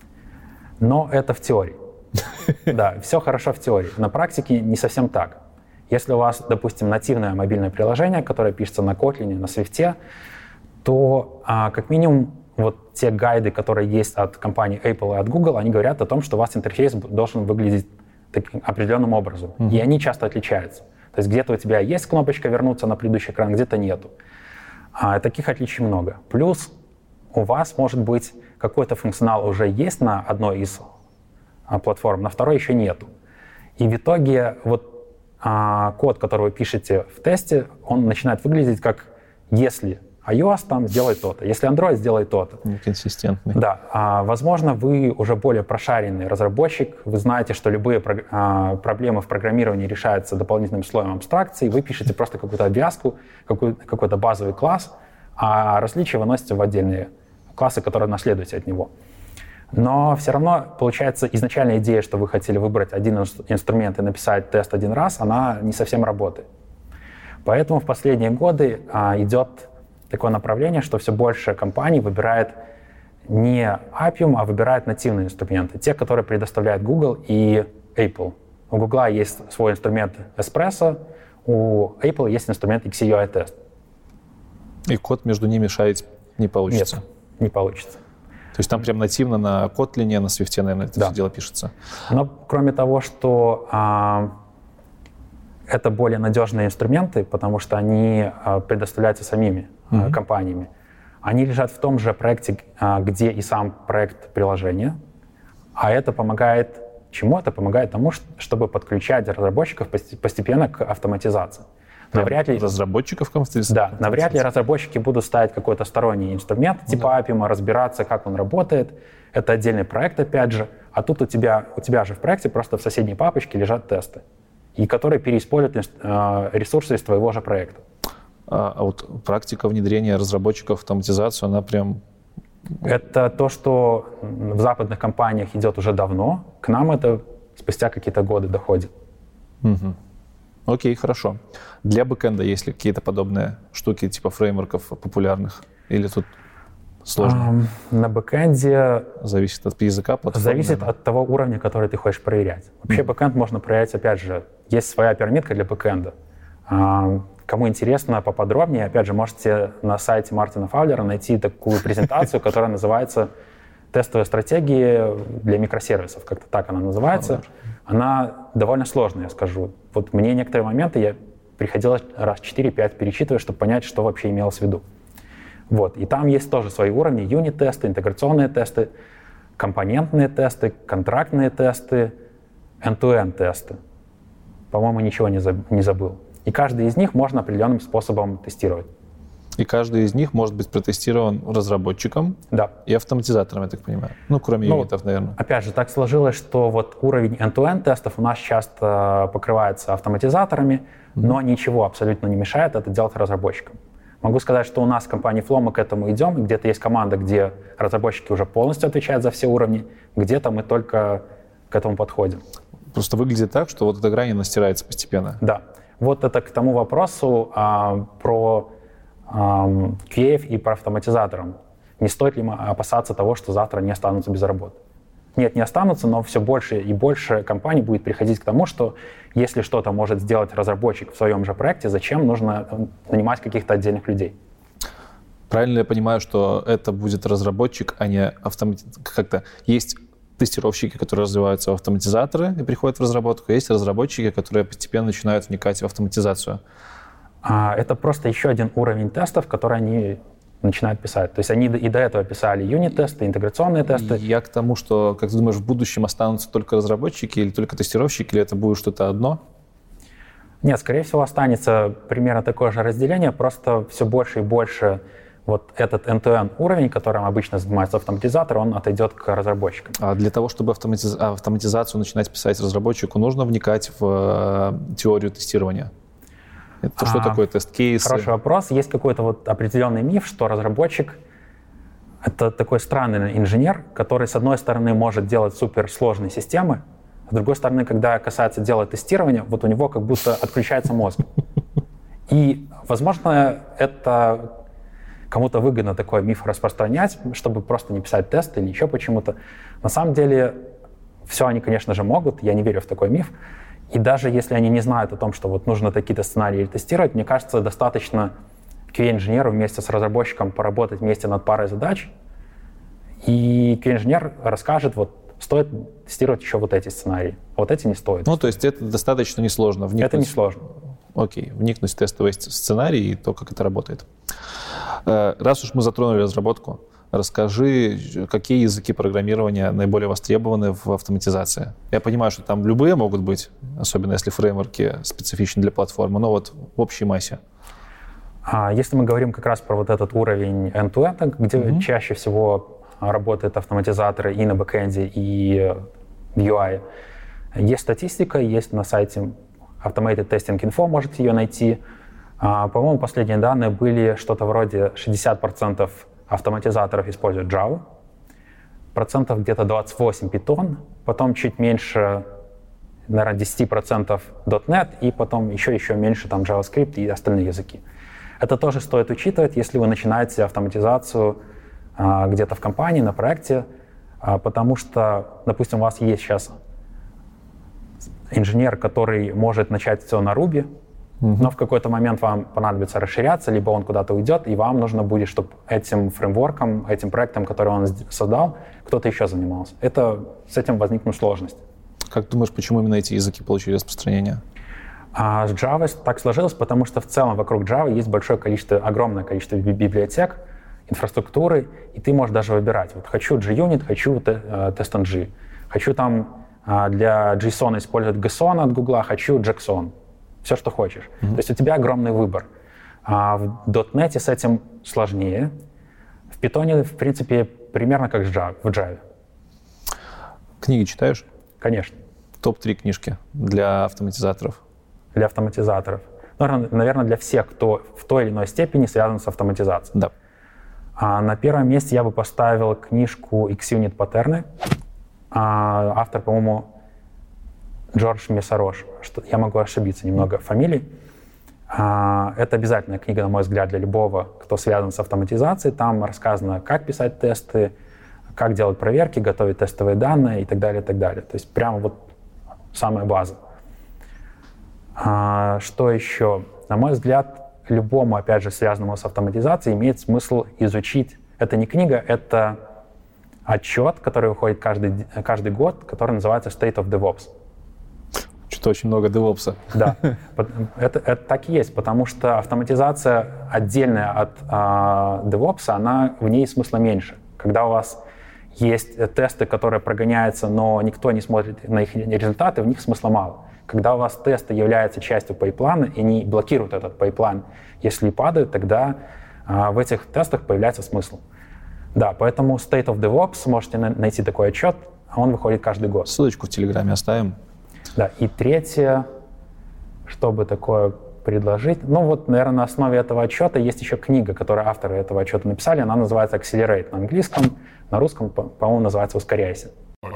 S2: Но это в теории. Да, все хорошо в теории. На практике не совсем так. Если у вас, допустим, нативное мобильное приложение, которое пишется на Kotlin, на Swift, то как минимум вот те гайды, которые есть от компаний Apple и от Google, они говорят о том, что у вас интерфейс должен выглядеть таким определенным образом. И они часто отличаются. То есть где-то у тебя есть кнопочка «Вернуться на предыдущий экран», где-то нету. Таких отличий много. Плюс у вас, может быть, какой-то функционал уже есть на одной из платформ, на второй еще нету. И в итоге вот код, который вы пишете в тесте, он начинает выглядеть как «если iOS там сделай то-то, если Android сделай то-то».
S1: Неконсистентный.
S2: Да. Возможно, вы уже более прошаренный разработчик, вы знаете, что любые проблемы в программировании решаются дополнительным слоем абстракции, вы пишете просто какую-то обвязку, какой-то базовый класс, а различия выносятся в отдельные классы, которые наследуете от него. Но все равно, получается, изначальная идея, что вы хотели выбрать один инструмент и написать тест один раз, она не совсем работает. Поэтому в последние годы идет такое направление, что все больше компаний выбирает не Appium, а выбирает нативные инструменты. Те, которые предоставляют Google и Apple. У Google есть свой инструмент Espresso, у Apple есть инструмент XUI Test.
S1: И код между ними шарить не получится?
S2: Нет, не получится.
S1: То есть там прям нативно на Kotlin, на Swift, наверное, это все дело пишется?
S2: Но кроме того, что это более надежные инструменты, потому что они предоставляются самими компаниями. Они лежат в том же проекте, где и сам проект приложения. А это помогает чему? Это помогает тому, чтобы подключать разработчиков постепенно к автоматизации.
S1: Навряд ли разработчиков к автоматизации?
S2: Да, навряд ли разработчики будут ставить какой-то сторонний инструмент типа Appium, разбираться, как он работает. Это отдельный проект, опять же. А тут у тебя же в проекте просто в соседней папочке лежат тесты, и которые переиспользуют ресурсы из твоего же проекта.
S1: А вот практика внедрения разработчиков в автоматизацию, она прям...
S2: Это то, что в западных компаниях идет уже давно. К нам это спустя какие-то годы доходит.
S1: Угу. Окей, хорошо. Для бэкэнда есть ли какие-то подобные штуки, типа фреймворков популярных? Или тут сложно?
S2: На бэкэнде...
S1: Зависит от языка, платформы?
S2: Зависит от того уровня, который ты хочешь проверять. Вообще бэкэнд можно проверять, опять же, есть своя пирамидка для бэкэнда. Кому интересно поподробнее, опять же, можете на сайте Мартина Фаулера найти такую презентацию, которая называется «Тестовые стратегии для микросервисов». Как-то так она называется. Она довольно сложная, я скажу. Вот мне некоторые моменты я приходилось раз 4-5 перечитывать, чтобы понять, что вообще имелось в виду. Вот. И там есть тоже свои уровни: юнит-тесты, интеграционные тесты, компонентные тесты, контрактные тесты, end-to-end тесты. По-моему, ничего не забыл. И каждый из них можно определенным способом тестировать.
S1: И каждый из них может быть протестирован разработчиком и автоматизатором, я так понимаю. Ну, кроме юнитов, наверное.
S2: Опять же, так сложилось, что вот уровень end-to-end тестов у нас часто покрывается автоматизаторами, но ничего абсолютно не мешает это делать разработчикам. Могу сказать, что у нас в компании Flow мы к этому идем, и где-то есть команда, где разработчики уже полностью отвечают за все уровни, где-то мы только к этому подходим.
S1: Просто выглядит так, что вот эта грань настирается постепенно.
S2: Да. Вот это к тому вопросу про QA и про автоматизаторов. Не стоит ли опасаться того, что завтра не останутся без работы? Нет, не останутся, но все больше и больше компаний будет приходить к тому, что если что-то может сделать разработчик в своем же проекте, зачем нужно нанимать каких-то отдельных людей?
S1: Правильно я понимаю, что это будет разработчик, а не как-то есть тестировщики, которые развиваются в автоматизаторы и приходят в разработку, есть разработчики, которые постепенно начинают вникать в автоматизацию?
S2: Это просто еще один уровень тестов, который они начинают писать. То есть они и до этого писали юнит-тесты, интеграционные тесты.
S1: Я к тому, что, как ты думаешь, в будущем останутся только разработчики или только тестировщики, или это будет что-то одно?
S2: Нет, скорее всего, останется примерно такое же разделение, просто все больше и больше вот этот end-to-end уровень, которым обычно занимается автоматизатор, он отойдет к разработчикам.
S1: А для того, чтобы автоматизацию начинать писать разработчику, нужно вникать в теорию тестирования? Это что такое тест-кейсы?
S2: Хороший вопрос. Есть какой-то вот определенный миф, что разработчик — это такой странный инженер, который, с одной стороны, может делать суперсложные системы, а с другой стороны, когда касается дела тестирования, вот у него как будто отключается мозг. И, возможно, это кому-то выгодно такой миф распространять, чтобы просто не писать тесты или еще почему-то. На самом деле, все они, конечно же, могут, я не верю в такой миф. И даже если они не знают о том, что вот нужно такие-то сценарии тестировать, мне кажется, достаточно QA-инженеру вместе с разработчиком поработать вместе над парой задач, и QA-инженер расскажет, вот стоит тестировать еще вот эти сценарии, а вот эти не стоит.
S1: Ну, то есть это достаточно несложно.
S2: Это несложно.
S1: Окей, вникнуть в тестовый сценарий и то, как это работает. Раз уж мы затронули разработку, расскажи, какие языки программирования наиболее востребованы в автоматизации? Я понимаю, что там любые могут быть, особенно если фреймворки специфичны для платформы, но вот в общей массе.
S2: Если мы говорим как раз про вот этот уровень end-to-end, где чаще всего работают автоматизаторы и на бэкэнде, и в UI, есть статистика, есть на сайте Automated Testing Info, можете ее найти. По-моему, последние данные были что-то вроде 60% автоматизаторов используют Java, процентов где-то 28 Python, потом чуть меньше, наверное, 10% .NET, и потом еще меньше там JavaScript и остальные языки. Это тоже стоит учитывать, если вы начинаете автоматизацию где-то в компании, на проекте, потому что, допустим, у вас есть сейчас инженер, который может начать все на Ruby, но в какой-то момент вам понадобится расширяться, либо он куда-то уйдет, и вам нужно будет, чтобы этим фреймворком, этим проектом, который он создал, кто-то еще занимался. С этим возникнут сложности.
S1: Как думаешь, почему именно эти языки получили распространение?
S2: С Java так сложилось, потому что в целом вокруг Java есть огромное количество библиотек, инфраструктуры, и ты можешь даже выбирать. Вот хочу JUnit, хочу TestNG, хочу там для JSON использовать GSON от Google, хочу Jackson. Все, что хочешь. То есть у тебя огромный выбор. В .NET с этим сложнее. В Python, в принципе, примерно как в Java.
S1: Книги читаешь?
S2: Конечно.
S1: Топ-3 книжки для автоматизаторов?
S2: Для автоматизаторов. Наверное, для всех, кто в той или иной степени связан с автоматизацией.
S1: Да.
S2: На первом месте я бы поставил книжку X-Unit Паттерны. Автор, по-моему, Джордж Мессарош. Я могу ошибиться немного в фамилии. Это обязательная книга, на мой взгляд, для любого, кто связан с автоматизацией. Там рассказано, как писать тесты, как делать проверки, готовить тестовые данные и так далее, и так далее. То есть прямо вот самая база. Что еще? На мой взгляд, любому, опять же, связанному с автоматизацией, имеет смысл изучить. Это не книга, это отчет, который выходит каждый год, который называется State of DevOps.
S1: Что-то очень много DevOps.
S2: Да, это так и есть, потому что автоматизация отдельная от DevOps, в ней смысла меньше. Когда у вас есть тесты, которые прогоняются, но никто не смотрит на их результаты, в них смысла мало. Когда у вас тесты являются частью пайплана, и они блокируют этот пайплан, если падают, тогда в этих тестах появляется смысл. Да, поэтому State of DevOps, можете найти такой отчет, он выходит каждый год.
S1: Ссылочку в Телеграме оставим.
S2: Да, и третье, чтобы такое предложить, наверное, на основе этого отчета есть еще книга, которую авторы этого отчета написали, она называется Accelerate на английском, на русском, по-моему, называется «Ускоряйся».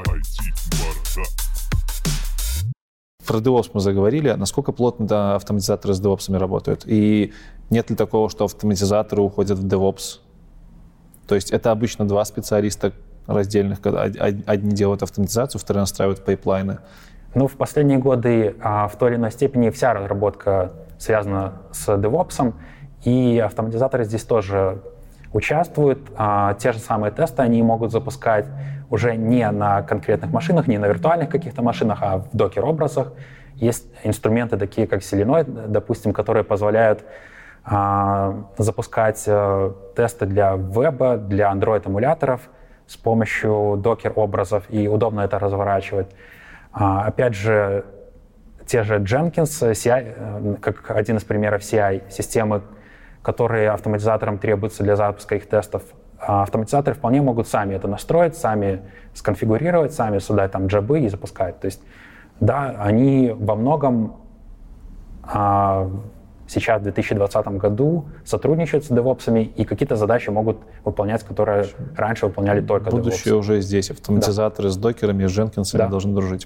S1: Про DevOps мы заговорили. Насколько плотно автоматизаторы с DevOps работают? И нет ли такого, что автоматизаторы уходят в DevOps? То есть это обычно два специалиста раздельных, когда одни делают автоматизацию, вторые настраивают пайплайны.
S2: В последние годы в той или иной степени вся разработка связана с DevOps, и автоматизаторы здесь тоже участвуют. Те же самые тесты они могут запускать уже не на конкретных машинах, не на виртуальных каких-то машинах, а в докер-образах. Есть инструменты такие, как Selenoid, допустим, которые позволяют запускать тесты для веба, для Android-эмуляторов с помощью докер-образов, и удобно это разворачивать. Опять же, те же Jenkins, CI, как один из примеров CI-системы, которые автоматизаторам требуются для запуска их тестов. Автоматизаторы вполне могут сами это настроить, сами сконфигурировать, сами создать там джабы и запускать. То есть, да, они во многом сейчас, в 2020 году, сотрудничают с DevOps'ами и какие-то задачи могут выполнять, которые раньше выполняли только DevOps.
S1: Будущее уже здесь. Автоматизаторы с докерами, с Jenkins должны дружить.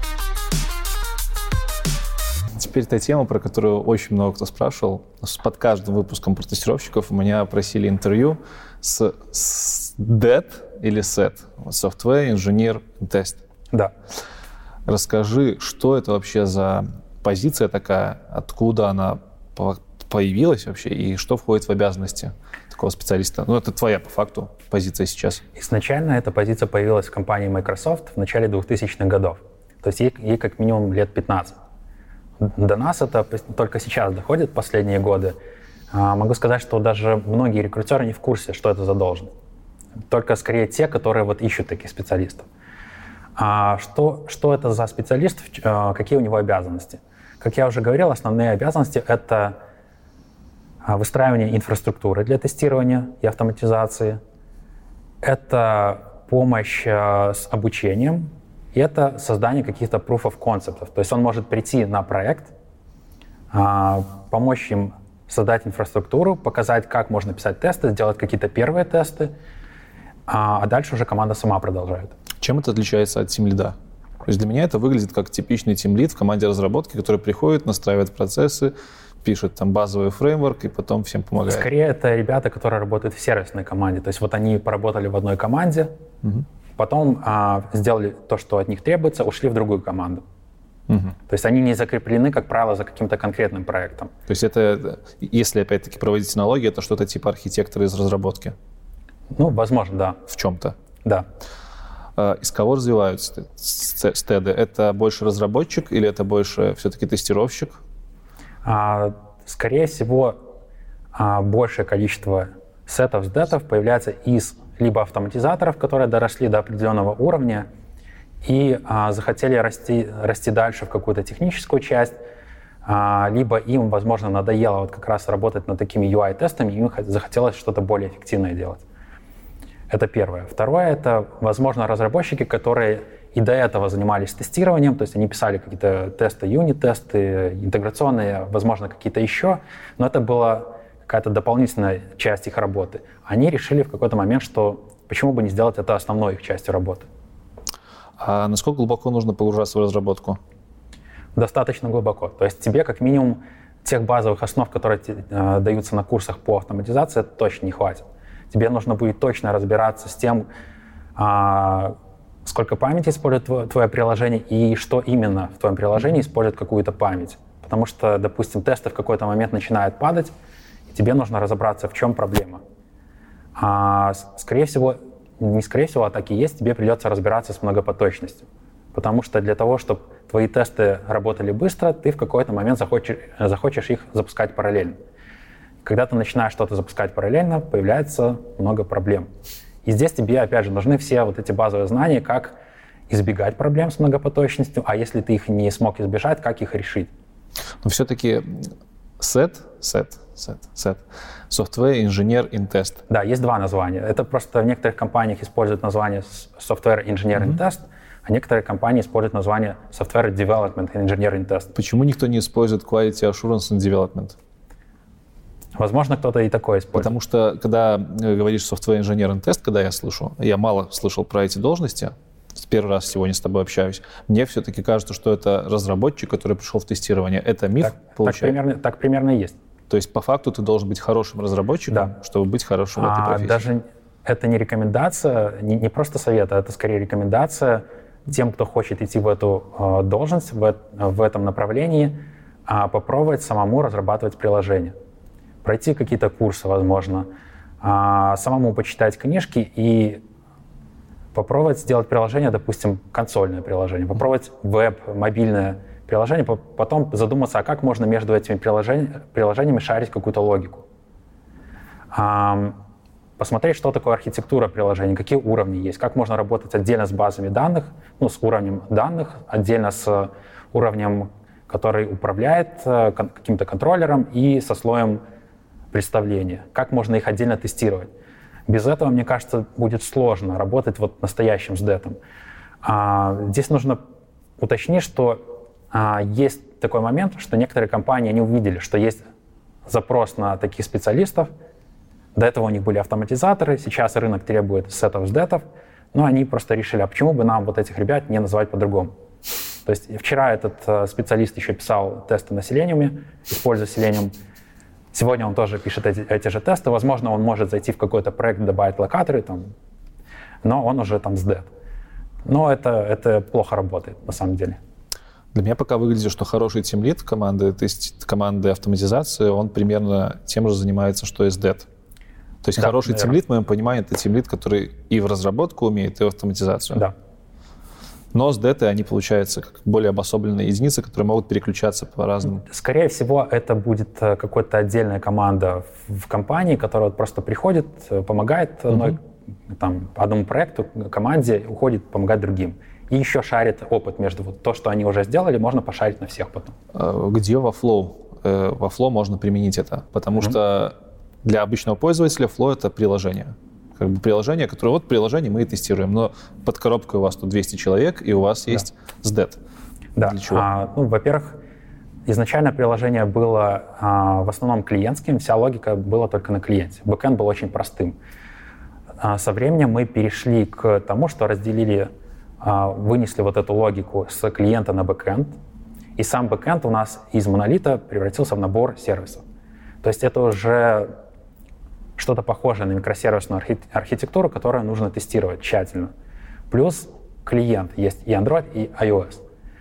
S1: Теперь та тема, про которую очень много кто спрашивал. Под каждым выпуском про тестировщиков у меня просили интервью с DET или SET. Software Engineer Test.
S2: Да.
S1: Расскажи, что это вообще за позиция такая, откуда она появилась вообще и что входит в обязанности такого специалиста? Это твоя, по факту, позиция сейчас.
S2: Изначально эта позиция появилась в компании Microsoft в начале 2000-х годов. То есть ей как минимум лет 15. До нас это только сейчас доходит, последние годы. Могу сказать, что даже многие рекрутеры не в курсе, что это за должность. Только скорее те, которые ищут таких специалистов. Что это за специалист, какие у него обязанности? Как я уже говорил, основные обязанности — это выстраивание инфраструктуры для тестирования и автоматизации, это помощь с обучением, и это создание каких-то proof of concept. То есть он может прийти на проект, помочь им создать инфраструктуру, показать, как можно писать тесты, сделать какие-то первые тесты, а дальше уже команда сама продолжает.
S1: Чем это отличается от тимлида? То есть для меня это выглядит как типичный тимлид в команде разработки, который приходит, настраивает процессы, пишет там базовый фреймворк и потом всем помогает.
S2: Скорее, это ребята, которые работают в сервисной команде. То есть они поработали в одной команде, потом сделали то, что от них требуется, ушли в другую команду. То есть они не закреплены, как правило, за каким-то конкретным проектом.
S1: То есть это, если опять-таки проводить аналогию, это что-то типа архитектора из разработки?
S2: Возможно, да.
S1: В чем-то?
S2: Да.
S1: Из кого развиваются стеды? Это больше разработчик или это больше все-таки тестировщик?
S2: Скорее всего, большее количество сетов с детов появляется из либо автоматизаторов, которые доросли до определенного уровня и захотели расти дальше в какую-то техническую часть, либо им, возможно, надоело как раз работать над такими UI-тестами, им захотелось что-то более эффективное делать. Это первое. Второе — это, возможно, разработчики, которые и до этого занимались тестированием, то есть они писали какие-то тесты, юнит-тесты, интеграционные, возможно, какие-то еще, но это была какая-то дополнительная часть их работы. Они решили в какой-то момент, что почему бы не сделать это основной их частью работы.
S1: А насколько глубоко нужно погружаться в разработку?
S2: Достаточно глубоко. То есть тебе как минимум тех базовых основ, которые даются на курсах по автоматизации, это точно не хватит. Тебе нужно будет точно разбираться с тем, сколько памяти использует твое приложение и что именно в твоем приложении использует какую-то память. Потому что, допустим, тесты в какой-то момент начинают падать, и тебе нужно разобраться, в чем проблема. Скорее всего, не скорее всего, а так и есть, тебе придется разбираться с многопоточностью. Потому что для того, чтобы твои тесты работали быстро, ты в какой-то момент захочешь их запускать параллельно. Когда ты начинаешь что-то запускать параллельно, появляется много проблем. И здесь тебе, опять же, нужны все вот эти базовые знания, как избегать проблем с многопоточностью, а если ты их не смог избежать, как их решить.
S1: Но все-таки Software Engineer in Test.
S2: Да, есть два названия. Это просто в некоторых компаниях используют название Software Engineer in Test, а некоторые компании используют название Software Development Engineer in Test.
S1: Почему никто не использует Quality Assurance and Development?
S2: Возможно, кто-то и такое использует.
S1: Потому что, когда говоришь Software Engineer in Test, когда я слышу, я мало слышал про эти должности, первый раз сегодня с тобой общаюсь, мне все-таки кажется, что это разработчик, который пришел в тестирование. Это миф, получается?
S2: Так примерно и есть.
S1: То есть по факту ты должен быть хорошим разработчиком, да, чтобы быть хорошим в этой профессии.
S2: Даже это не рекомендация, не просто совет, а это скорее рекомендация тем, кто хочет идти в эту должность, в этом направлении, попробовать самому разрабатывать приложение. Пройти какие-то курсы, возможно, самому почитать книжки и попробовать сделать приложение, допустим, консольное приложение, попробовать веб, мобильное приложение, потом задуматься, а как можно между этими приложениями шарить какую-то логику. Посмотреть, что такое архитектура приложения, какие уровни есть, как можно работать отдельно с базами данных, с уровнем данных, отдельно с уровнем, который управляет каким-то контроллером и со слоем представления, как можно их отдельно тестировать. Без этого, мне кажется, будет сложно работать вот настоящим SDET. Здесь нужно уточнить, что есть такой момент, что некоторые компании не увидели, что есть запрос на таких специалистов. До этого у них были автоматизаторы, сейчас рынок требует сетов SDET, но они просто решили, а почему бы нам вот этих ребят не назвать по-другому? То есть вчера этот специалист еще писал тесты на Selenium, используя Selenium. Сегодня он тоже пишет эти же тесты. Возможно, он может зайти в какой-то проект, добавить локаторы, но он уже там SDET. Но это плохо работает, на самом деле.
S1: Для меня пока выглядит, что хороший тимлид команды автоматизации, он примерно тем же занимается, что и SDET. То есть хороший тимлид, в моем понимании, это тимлид, который и в разработку умеет, и в автоматизацию.
S2: Да.
S1: Но SDET, они, получаются, как более обособленные единицы, которые могут переключаться по-разному.
S2: Скорее всего, это будет какая-то отдельная команда в компании, которая просто приходит, помогает одному проекту, команде, уходит помогать другим. И еще шарит опыт между то, что они уже сделали, можно пошарить на всех потом.
S1: Где во Flow? Во Flow можно применить это, потому что для обычного пользователя Flow — это приложение. Как бы приложение, которое приложение мы и тестируем, но под коробкой у вас тут 200 человек, и у вас есть SDET.
S2: Да.
S1: Для чего?
S2: Во-первых, изначально приложение было в основном клиентским, вся логика была только на клиенте. Бэкэнд был очень простым. Со временем мы перешли к тому, что вынесли вот эту логику с клиента на бэкэнд, и сам бэкэнд у нас из монолита превратился в набор сервисов. То есть это уже что-то похожее на микросервисную архитектуру, которую нужно тестировать тщательно. Плюс клиент есть и Android, и iOS.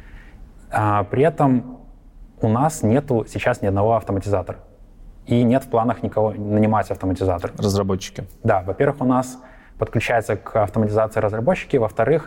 S2: При этом у нас нету сейчас ни одного автоматизатора. И нет в планах никого нанимать автоматизатора.
S1: Разработчики.
S2: Да, во-первых, у нас подключаются к автоматизации разработчики, во-вторых,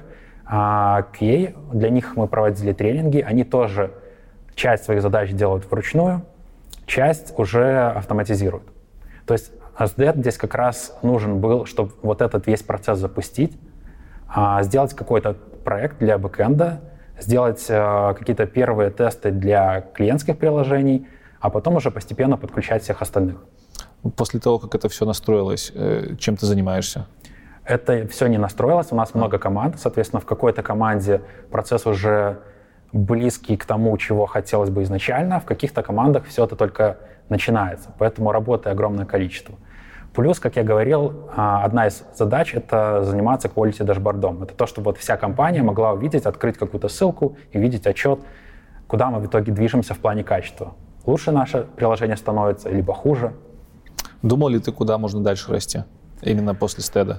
S2: QA, для них мы проводили тренинги, они тоже часть своих задач делают вручную, часть уже автоматизируют. То есть SDET здесь как раз нужен был, чтобы вот этот весь процесс запустить, сделать какой-то проект для бэкэнда, сделать какие-то первые тесты для клиентских приложений, а потом уже постепенно подключать всех остальных.
S1: После того, как это все настроилось, чем ты занимаешься?
S2: Это все не настроилось, у нас много команд, соответственно, в какой-то команде процесс уже близкий к тому, чего хотелось бы изначально, в каких-то командах все это только начинается, поэтому работы огромное количество. Плюс, как я говорил, одна из задач — это заниматься quality дашбордом. Это то, чтобы вся компания могла увидеть, открыть какую-то ссылку и видеть отчет, куда мы в итоге движемся в плане качества. лучше наше приложение становится, либо хуже.
S1: Думал ли ты, куда можно дальше расти? Именно после STED?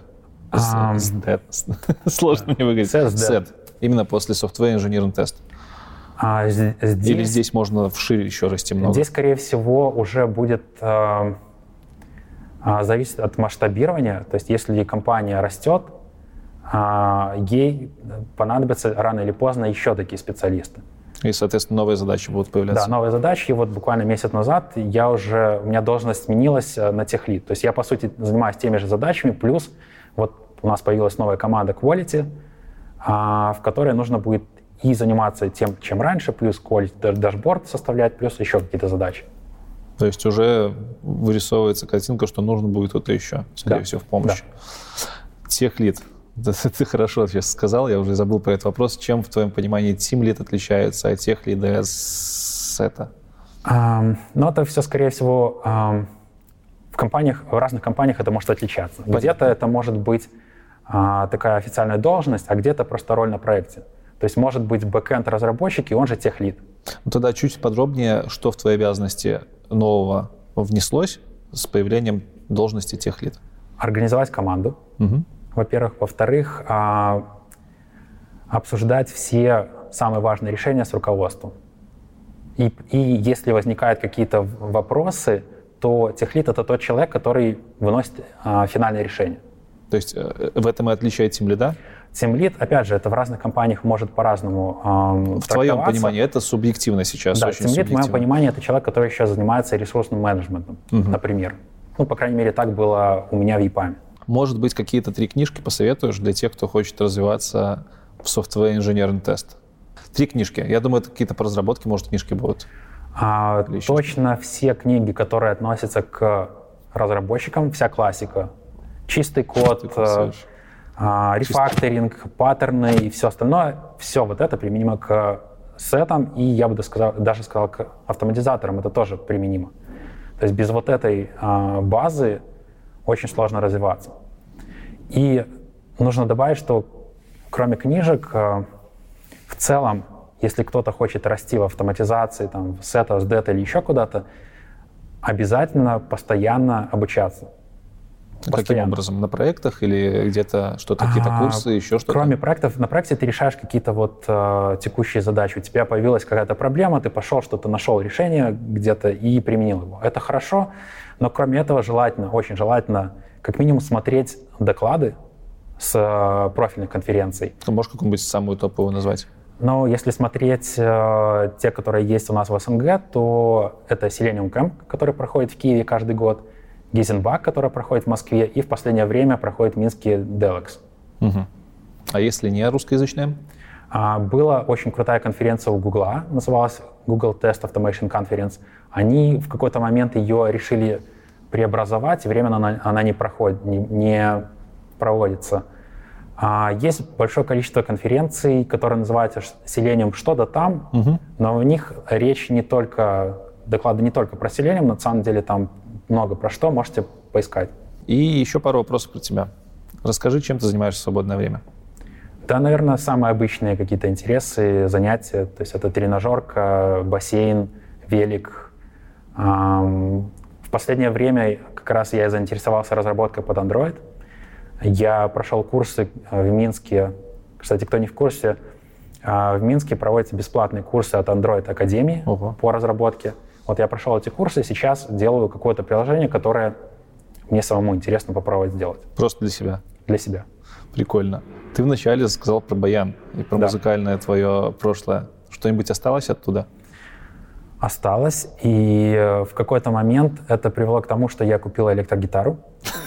S1: Сложно мне выговорить. STED. Именно после Software Engineering Test. Или здесь можно вширь еще расти много?
S2: Здесь, скорее всего, уже будет зависеть от масштабирования. То есть если компания растет, ей понадобятся рано или поздно еще такие специалисты.
S1: И, соответственно, новые задачи будут появляться.
S2: Да, новые задачи. И вот буквально месяц назад у меня должность сменилась на техлид. То есть я, по сути, занимаюсь теми же задачами, плюс вот у нас появилась новая команда Quality, в которой нужно будет и заниматься тем, чем раньше, плюс Quality дашборд составлять, плюс еще какие-то задачи.
S1: То есть уже вырисовывается картинка, что нужно будет что-то еще, скорее всего, в помощь. Да. Техлид. Ты хорошо сейчас сказал, я уже забыл про этот вопрос. Чем, в твоем понимании, тимлид отличается от техлида с это?
S2: Ну, это все, скорее всего, в разных компаниях это может отличаться. Понятно. Где-то это может быть такая официальная должность, а где-то просто роль на проекте. То есть может быть бэкэнд-разработчик, и он же техлид.
S1: Ну, тогда чуть подробнее, что в твои обязанности нового внеслось с появлением должности техлид? Организовать команду.
S2: Угу. Во-первых. Во-вторых, обсуждать все самые важные решения с руководством. И если возникают какие-то вопросы, то техлид — это тот человек, который выносит финальное решение.
S1: То есть в этом и отличие тимлида?
S2: Тимлид, опять же, это в разных компаниях может по-разному
S1: В твоем понимании это субъективно сейчас?
S2: Да, тимлид, в моем понимании, это человек, который сейчас занимается ресурсным менеджментом, например. Ну, по крайней мере, так было у меня в EPAM.
S1: Может быть, какие-то 3 книжки посоветуешь для тех, кто хочет развиваться в Software Engineering Test? 3 книжки. Я думаю, это какие-то по разработке, может, книжки будут.
S2: Точно все книги, которые относятся к разработчикам, вся классика. Чистый код, рефакторинг, паттерны и все остальное. Все вот это применимо к сетам, и я бы даже сказал, к автоматизаторам это тоже применимо. То есть без вот этой базы очень сложно развиваться. И нужно добавить, что кроме книжек, в целом, если кто-то хочет расти в автоматизации, там, в сетах, в DET или еще куда-то, обязательно постоянно обучаться.
S1: Каким образом? На проектах или где-то что-то, какие-то курсы, еще что-то?
S2: Кроме проектов, на проекте ты решаешь какие-то вот текущие задачи. У тебя появилась какая-то проблема, ты пошел, что-то нашел решение где-то и применил его. Это хорошо, но кроме этого очень желательно как минимум смотреть доклады с профильных конференций.
S1: Ты можешь какую-нибудь самую топовую назвать?
S2: Но если смотреть те, которые есть у нас в СНГ, то это Selenium Camp, который проходит в Киеве каждый год, Гизенбах, который проходит в Москве, и в последнее время проходит в Минске Deluxe.
S1: Угу. А если не русскоязычная?
S2: Была очень крутая конференция у Гугла, называлась Google Test Automation Conference. Они в какой-то момент ее решили преобразовать, и временно она не проводится. Есть большое количество конференций, которые называются Selenium что-то там, но у них речь доклады не только про Selenium, на самом деле там много про что, можете поискать.
S1: И еще пару вопросов про тебя. Расскажи, чем ты занимаешься в свободное время?
S2: Да, наверное, самые обычные какие-то интересы, занятия. То есть это тренажерка, бассейн, велик. В последнее время как раз я заинтересовался разработкой под Android. Я прошел курсы в Минске. Кстати, кто не в курсе, в Минске проводятся бесплатные курсы от Android Академии по разработке. Вот я прошел эти курсы, сейчас делаю какое-то приложение, которое мне самому интересно попробовать сделать.
S1: Просто для себя?
S2: Для себя.
S1: Прикольно. Ты вначале сказал про баян и про музыкальное твое прошлое. Что-нибудь осталось оттуда?
S2: Осталось. И в какой-то момент это привело к тому, что я купил электрогитару.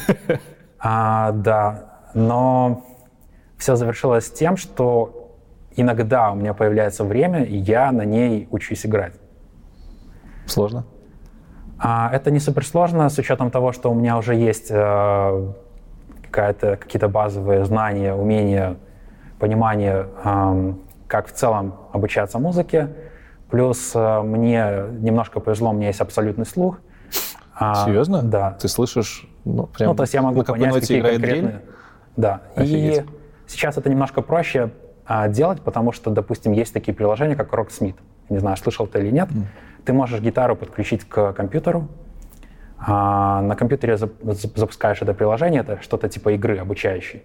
S2: Да, но все завершилось тем, что иногда у меня появляется время, и я на ней учусь играть.
S1: Сложно?
S2: Это не суперсложно, с учетом того, что у меня уже есть какие-то базовые знания, умения, понимание, как в целом обучаться музыке. Плюс мне немножко повезло, у меня есть абсолютный слух.
S1: Серьезно?
S2: Да.
S1: Ты слышишь, прям
S2: то есть я могу понять, какие конкретные...
S1: Дрель?
S2: Да.
S1: Офигеть.
S2: И сейчас это немножко проще делать, потому что, допустим, есть такие приложения, как Rocksmith. Не знаю, слышал ты или нет. Ты можешь гитару подключить к компьютеру, на компьютере запускаешь это приложение, это что-то типа игры обучающей.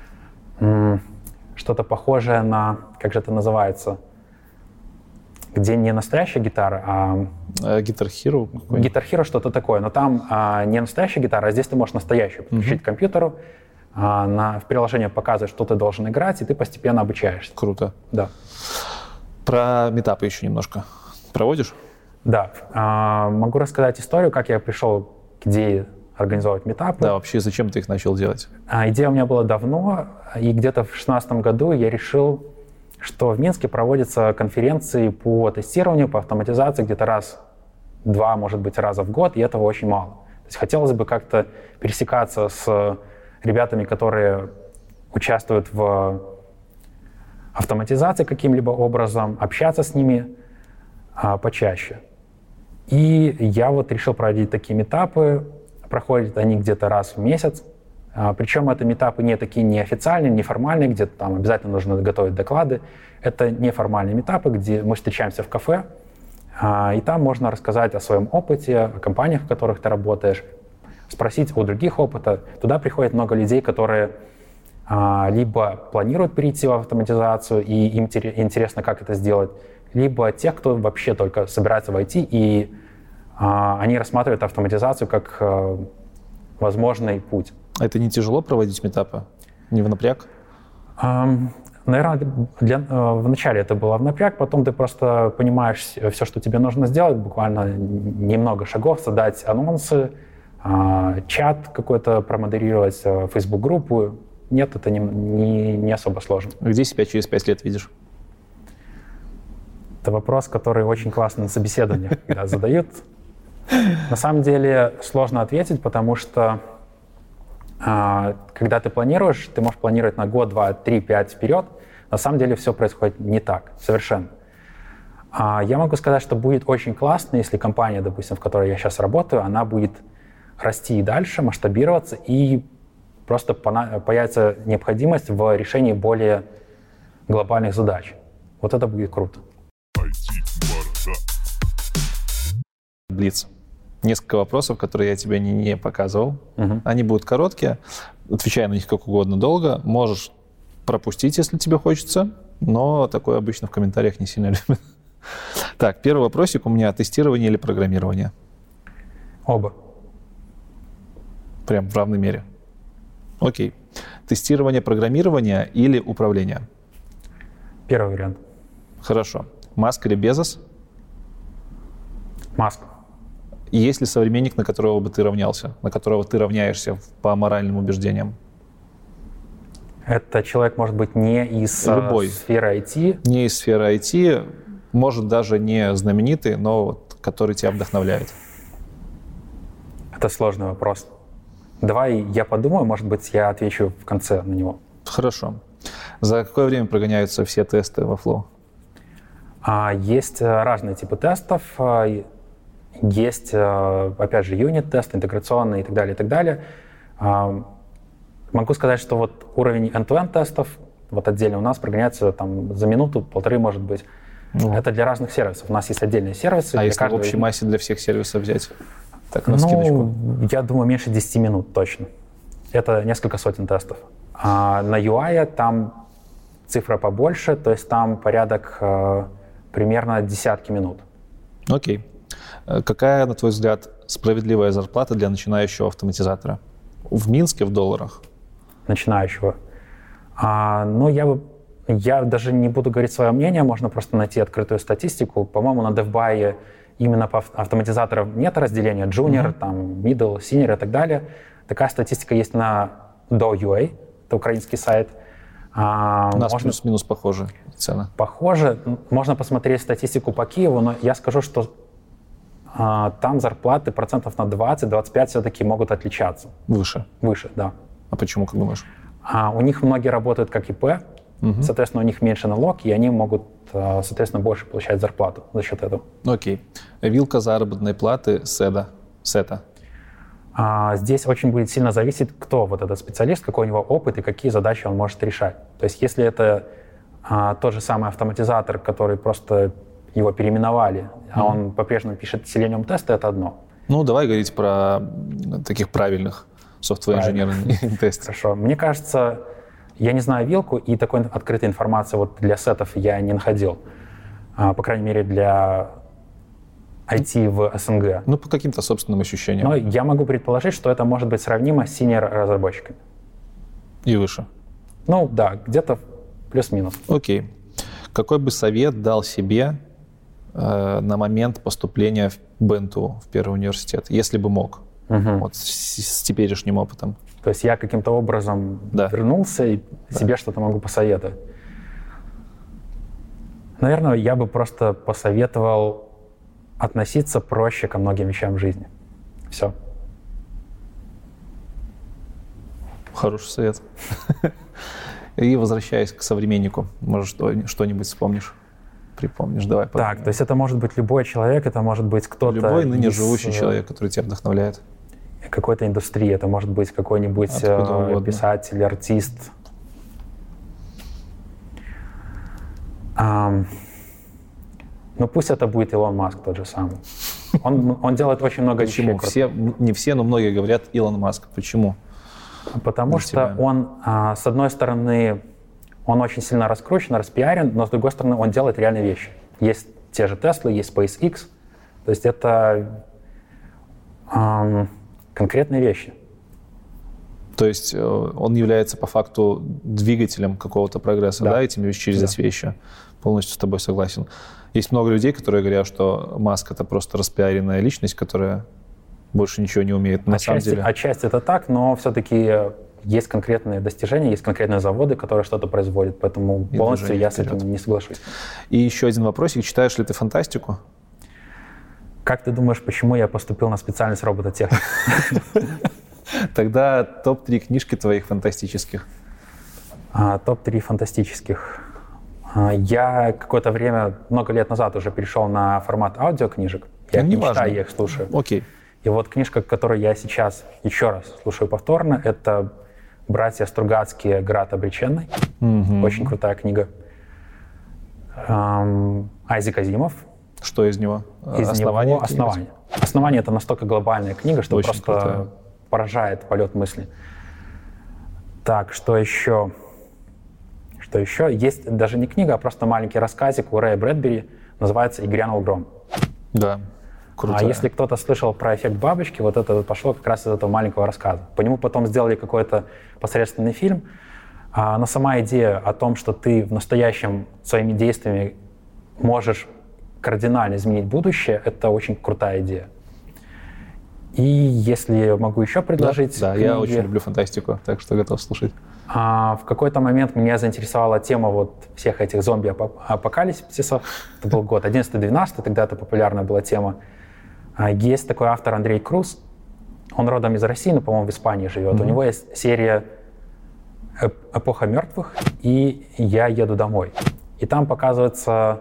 S2: Что-то похожее на, как же это называется, где не настоящая гитара, а...
S1: Guitar Hero?
S2: Guitar Hero что-то такое, но там не настоящая гитара, а здесь ты можешь настоящую подключить к компьютеру, в приложении показывает, что ты должен играть, и ты постепенно обучаешься.
S1: Круто.
S2: Да.
S1: Про митапы еще немножко. Проводишь?
S2: Да. Могу рассказать историю, как я пришел к идее организовывать митапы.
S1: Да, вообще зачем ты их начал делать?
S2: Идея у меня была давно, и где-то в 2016 году я решил, что в Минске проводятся конференции по тестированию, по автоматизации где-то раз-два, может быть, раза в год, и этого очень мало. То есть хотелось бы как-то пересекаться с ребятами, которые участвуют в автоматизации каким-либо образом, общаться с ними почаще. И я вот решил проводить такие митапы. Проходят они где-то раз в месяц. Причем это митапы не такие неофициальные, неформальные, где там обязательно нужно готовить доклады. Это неформальные митапы, где мы встречаемся в кафе, и там можно рассказать о своем опыте, о компаниях, в которых ты работаешь, спросить о других опытах. Туда приходит много людей, которые либо планируют перейти в автоматизацию, и им интересно, как это сделать, либо тех, кто вообще только собирается войти, и они рассматривают автоматизацию как возможный путь.
S1: А это не тяжело проводить митапы? Не в напряг?
S2: Наверное, вначале это было в напряг, потом ты просто понимаешь все, что тебе нужно сделать, буквально немного шагов, создать анонсы, чат какой-то промодерировать, Facebook-группу. Нет, это не особо сложно.
S1: Где себя через 5 лет видишь?
S2: Это вопрос, который очень классно на собеседованиях задают. На самом деле сложно ответить, потому что когда ты планируешь, ты можешь планировать на год, 2, 3, 5 вперед. На самом деле все происходит не так, совершенно. Я могу сказать, что будет очень классно, если компания, допустим, в которой я сейчас работаю, она будет расти и дальше, масштабироваться, и просто появится необходимость в решении более глобальных задач. Вот это будет круто.
S1: Блиц. Несколько вопросов, которые я тебе не показывал. Они будут короткие. Отвечай на них как угодно долго. Можешь пропустить, если тебе хочется, но такое обычно в комментариях не сильно любят. Так, первый вопросик у меня: тестирование или программирование?
S2: Оба.
S1: Прям в равной мере. Окей. Тестирование, программирование или управление?
S2: Первый вариант.
S1: Хорошо. Маск или Безос?
S2: Маск.
S1: Есть ли современник, на которого бы ты равнялся, на которого ты равняешься по моральным убеждениям?
S2: Это человек, может быть, не из сферы IT?
S1: Не из сферы IT, может, даже не знаменитый, но вот, который тебя вдохновляет.
S2: Это сложный вопрос. Давай я подумаю, может быть, я отвечу в конце на него.
S1: Хорошо. За какое время прогоняются все тесты во Flow?
S2: Есть разные типы тестов. Есть, опять же, юнит-тест, интеграционный и так далее, и так далее. Могу сказать, что вот уровень end-to-end тестов вот отдельно у нас прогоняется там за минуту, полторы, может быть. Это для разных сервисов. У нас есть отдельные сервисы.
S1: А если в общей массе для всех сервисов взять? Так, на скидочку.
S2: Я думаю, меньше 10 минут точно. Это несколько сотен тестов. А на UI там цифра побольше, то есть там порядок примерно десятки минут.
S1: Окей. Какая, на твой взгляд, справедливая зарплата для начинающего автоматизатора? В Минске в долларах?
S2: Начинающего. Я даже не буду говорить свое мнение, можно просто найти открытую статистику. По-моему, на DevBuy именно по автоматизаторам нет разделения junior, там, middle, senior и так далее. Такая статистика есть на Do.ua, это украинский сайт.
S1: У нас плюс-минус похожи цены.
S2: Похоже. Можно посмотреть статистику по Киеву, но я скажу, что там зарплаты процентов на 20-25 все-таки могут отличаться.
S1: Выше?
S2: Выше, да.
S1: А почему, как думаешь?
S2: У них многие работают как ИП, соответственно, у них меньше налог, и они могут, соответственно, больше получать зарплату за счет этого.
S1: Окей. Вилка заработной платы сета.
S2: Здесь очень будет сильно зависеть, кто вот этот специалист, какой у него опыт и какие задачи он может решать. То есть если это тот же самый автоматизатор, который просто его переименовали, а он по-прежнему пишет Selenium тесты, это одно.
S1: Ну, давай говорить про таких правильных software-инженерных тестов.
S2: Хорошо. Мне кажется, я не знаю вилку, и такой открытой информации вот для сетов я не находил. По крайней мере, для IT в СНГ.
S1: Ну, по каким-то собственным ощущениям.
S2: Но я могу предположить, что это может быть сравнимо с senior-разработчиками.
S1: И выше.
S2: Ну, да, где-то плюс-минус.
S1: Окей. Какой бы совет дал себе на момент поступления в БНТУ, в первый университет, если бы мог? Вот с теперешним опытом.
S2: То есть я каким-то образом вернулся и себе что-то могу посоветовать. Наверное, я бы просто посоветовал относиться проще ко многим вещам в жизни. Все.
S1: Хороший совет. И возвращаясь к современнику, может, что-нибудь вспомнишь? Припомнишь, давай.
S2: Так, то есть это может быть любой человек, это может быть кто-то...
S1: Любой ныне живущий человек, который тебя вдохновляет.
S2: Какой-то индустрии, это может быть какой-нибудь писатель, артист. Ну пусть это будет Илон Маск тот же самый. Он делает очень много вещей.
S1: Почему? Не все, но многие говорят Илон Маск. Почему?
S2: Потому что он, с одной стороны, он очень сильно раскручен, распиарен, но с другой стороны, он делает реальные вещи. Есть те же Tesla, есть SpaceX. То есть это конкретные вещи.
S1: То есть он является по факту двигателем какого-то прогресса, да, через эти вещи. Полностью с тобой согласен. Есть много людей, которые говорят, что Маск — это просто распиаренная личность, которая больше ничего не умеет. На самом деле...
S2: Отчасти это так, но все-таки есть конкретные достижения, есть конкретные заводы, которые что-то производят, поэтому полностью я с этим не соглашусь.
S1: И еще один вопросик. Читаешь ли ты фантастику?
S2: Как ты думаешь, почему я поступил на специальность робототехника?
S1: Тогда топ-3 книжки твоих фантастических.
S2: Топ-3 фантастических. Я какое-то время, много лет назад уже перешел на формат аудиокнижек. Я их не читаю, я их слушаю.
S1: Окей.
S2: И вот книжка, которую я сейчас еще раз слушаю повторно, это «Братья Стругацкие. Град обреченный». Очень крутая книга. Айзек Азимов.
S1: Что из него?
S2: «Основание»? «Основание» — это настолько глобальная книга, что
S1: очень
S2: просто
S1: крутая.
S2: Поражает полет мысли. Так, что еще? Что еще? Есть даже не книга, а просто маленький рассказик у Рэя Брэдбери. Называется «И грянул гром».
S1: Да, круто.
S2: А если кто-то слышал про эффект бабочки, вот это пошло как раз из этого маленького рассказа. По нему потом сделали какой-то посредственный фильм. Но сама идея о том, что ты в настоящем своими действиями можешь кардинально изменить будущее, это очень крутая идея. И если могу еще предложить...
S1: Да, я очень люблю фантастику, так что готов слушать.
S2: В какой-то момент меня заинтересовала тема вот всех этих зомби-апокалипсисов. Это был год 11-12, тогда это популярная была тема. Есть такой автор Андрей Круз. Он родом из России, но, по-моему, в Испании живет. У него есть серия «Эпоха мертвых» и «Я еду домой». И там показывается...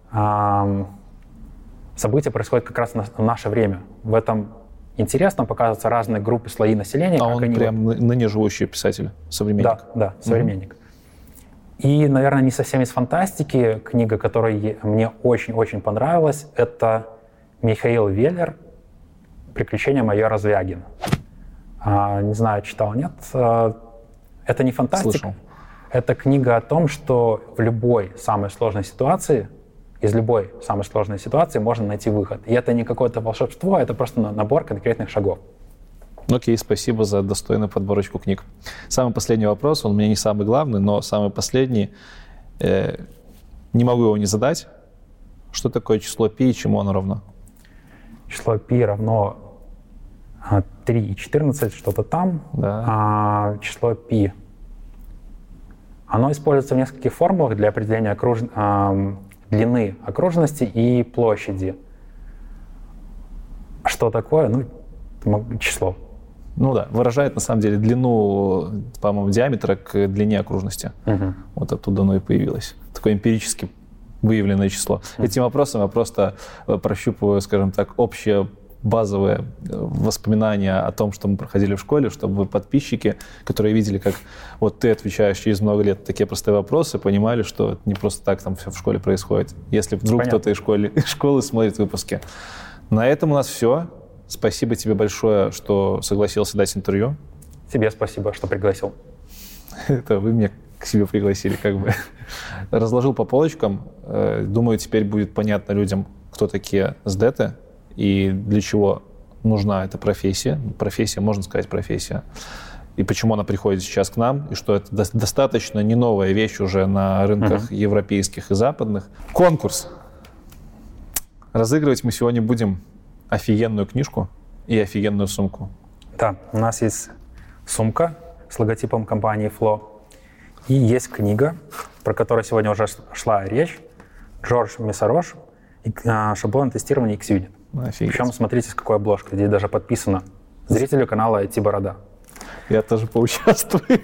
S2: события происходят как раз в наше время. В этом интересно показываются разные группы, слои населения.
S1: А он прям ныне живущий писатель, современник?
S2: Да, современник. И, наверное, не совсем из фантастики. Книга, которая мне очень-очень понравилась, это Михаил Веллер «Приключения майора Звягина». Не знаю, читал, нет. Это не фантастика.
S1: Слышал.
S2: Это книга о том, что в любой самой сложной ситуации, из любой самой сложной ситуации можно найти выход. И это не какое-то волшебство, это просто набор конкретных шагов.
S1: Окей, спасибо за достойную подборочку книг. Самый последний вопрос, он у меня не самый главный, но самый последний. Не могу его не задать. Что такое число π и чему оно равно?
S2: Число π равно 3 и 14, что-то там.
S1: Да.
S2: Число π, оно используется в нескольких формулах для определения длины окружности и площади. Что такое? Число.
S1: Да, выражает на самом деле длину, по-моему, диаметра к длине окружности. Вот оттуда оно и появилось. Такое эмпирически выявленное число. Этим вопросом я просто прощупываю, скажем так, общее базовые воспоминания о том, что мы проходили в школе, чтобы подписчики, которые видели, как вот ты отвечаешь через много лет на такие простые вопросы, понимали, что это не просто так там все в школе происходит. Если вдруг кто-то из школы смотрит выпуски. На этом у нас все. Спасибо тебе большое, что согласился дать интервью.
S2: Тебе спасибо, что пригласил.
S1: Это вы меня к себе пригласили, как бы. Разложил по полочкам. Думаю, теперь будет понятно людям, кто такие СДЭТы и для чего нужна эта профессия. Профессия, можно сказать, профессия. И почему она приходит сейчас к нам, и что это достаточно не новая вещь уже на рынках европейских и западных. Конкурс. Разыгрывать мы сегодня будем офигенную книжку и офигенную сумку.
S2: Да, у нас есть сумка с логотипом компании Flo. И есть книга, про которую сегодня уже шла речь. Джордж Мессарош и шаблон тестирования X-Unit. Причем смотрите, с какой обложкой. Здесь даже подписано зрителю канала IT-борода.
S1: Я тоже поучаствую.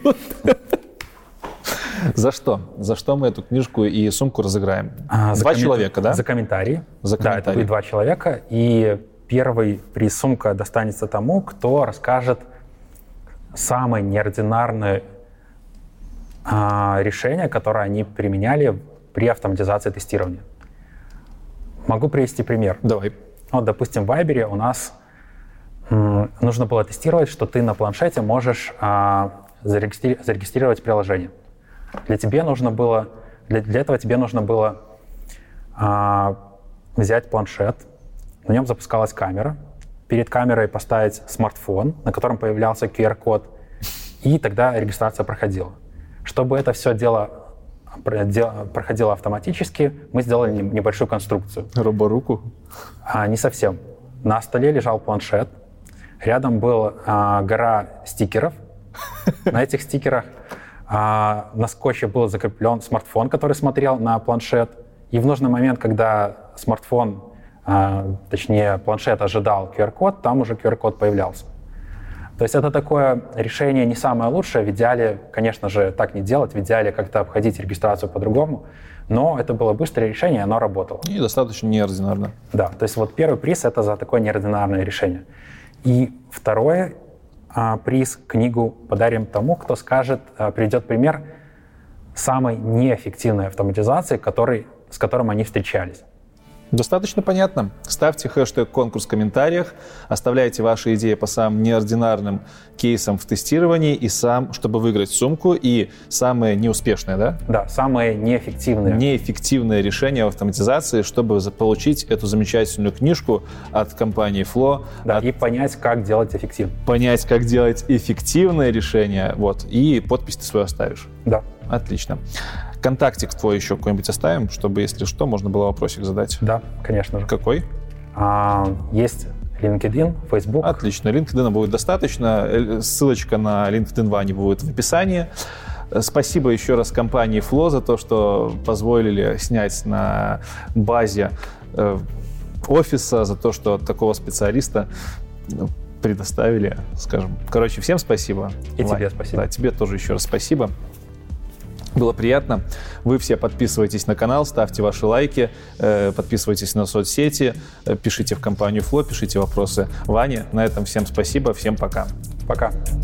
S1: За что? За что мы эту книжку и сумку разыграем? Два человека, да?
S2: За комментарии.
S1: За комментарии.
S2: Да, это будет 2 человека. И первый приз сумка достанется тому, кто расскажет самое неординарное решение, которое они применяли при автоматизации тестирования. Могу привести пример.
S1: Давай.
S2: Вот, допустим, в Viber у нас нужно было тестировать, что ты на планшете можешь зарегистрировать приложение. Для этого тебе нужно было взять планшет, на нем запускалась камера, перед камерой поставить смартфон, на котором появлялся QR-код, и тогда регистрация проходила. Чтобы это все дело проходило автоматически, мы сделали небольшую конструкцию.
S1: Роборуку?
S2: Не совсем. На столе лежал планшет, рядом была гора стикеров. На этих стикерах на скотче был закреплен смартфон, который смотрел на планшет. И в нужный момент, когда смартфон, точнее планшет ожидал QR-код, там уже QR-код появлялся. То есть это такое решение не самое лучшее. В идеале, конечно же, так не делать. В идеале как-то обходить регистрацию по-другому. Но это было быстрое решение, оно работало.
S1: И достаточно неординарно.
S2: Да, то есть вот первый приз — это за такое неординарное решение. И второй приз, книгу подарим тому, кто скажет, приведет пример самой неэффективной автоматизации, с которым они встречались.
S1: Достаточно понятно. Ставьте хэштег «Конкурс» в комментариях, оставляйте ваши идеи по самым неординарным кейсам в тестировании, и чтобы выиграть сумку, и самые неуспешные, да?
S2: Да, самые неэффективные.
S1: Неэффективные решения в автоматизации, чтобы получить эту замечательную книжку от компании Flo.
S2: Да, и понять, как делать эффективно.
S1: Понять, как делать эффективное решение, вот, и подпись ты свою оставишь.
S2: Да.
S1: Отлично. Контактик твой еще какой-нибудь оставим, чтобы, если что, можно было вопросик задать?
S2: Да, конечно же.
S1: Какой?
S2: Есть LinkedIn, Facebook.
S1: Отлично. LinkedIn будет достаточно. Ссылочка на LinkedIn Вани будет в описании. Спасибо еще раз компании Flo за то, что позволили снять на базе офиса, за то, что такого специалиста предоставили, скажем. Короче, всем спасибо.
S2: И Вань, тебе спасибо.
S1: Да, тебе тоже еще раз спасибо. Было приятно. Вы все подписывайтесь на канал, ставьте ваши лайки, подписывайтесь на соцсети, пишите в компанию Flo, пишите вопросы Ване. На этом всем спасибо, всем пока.
S2: Пока.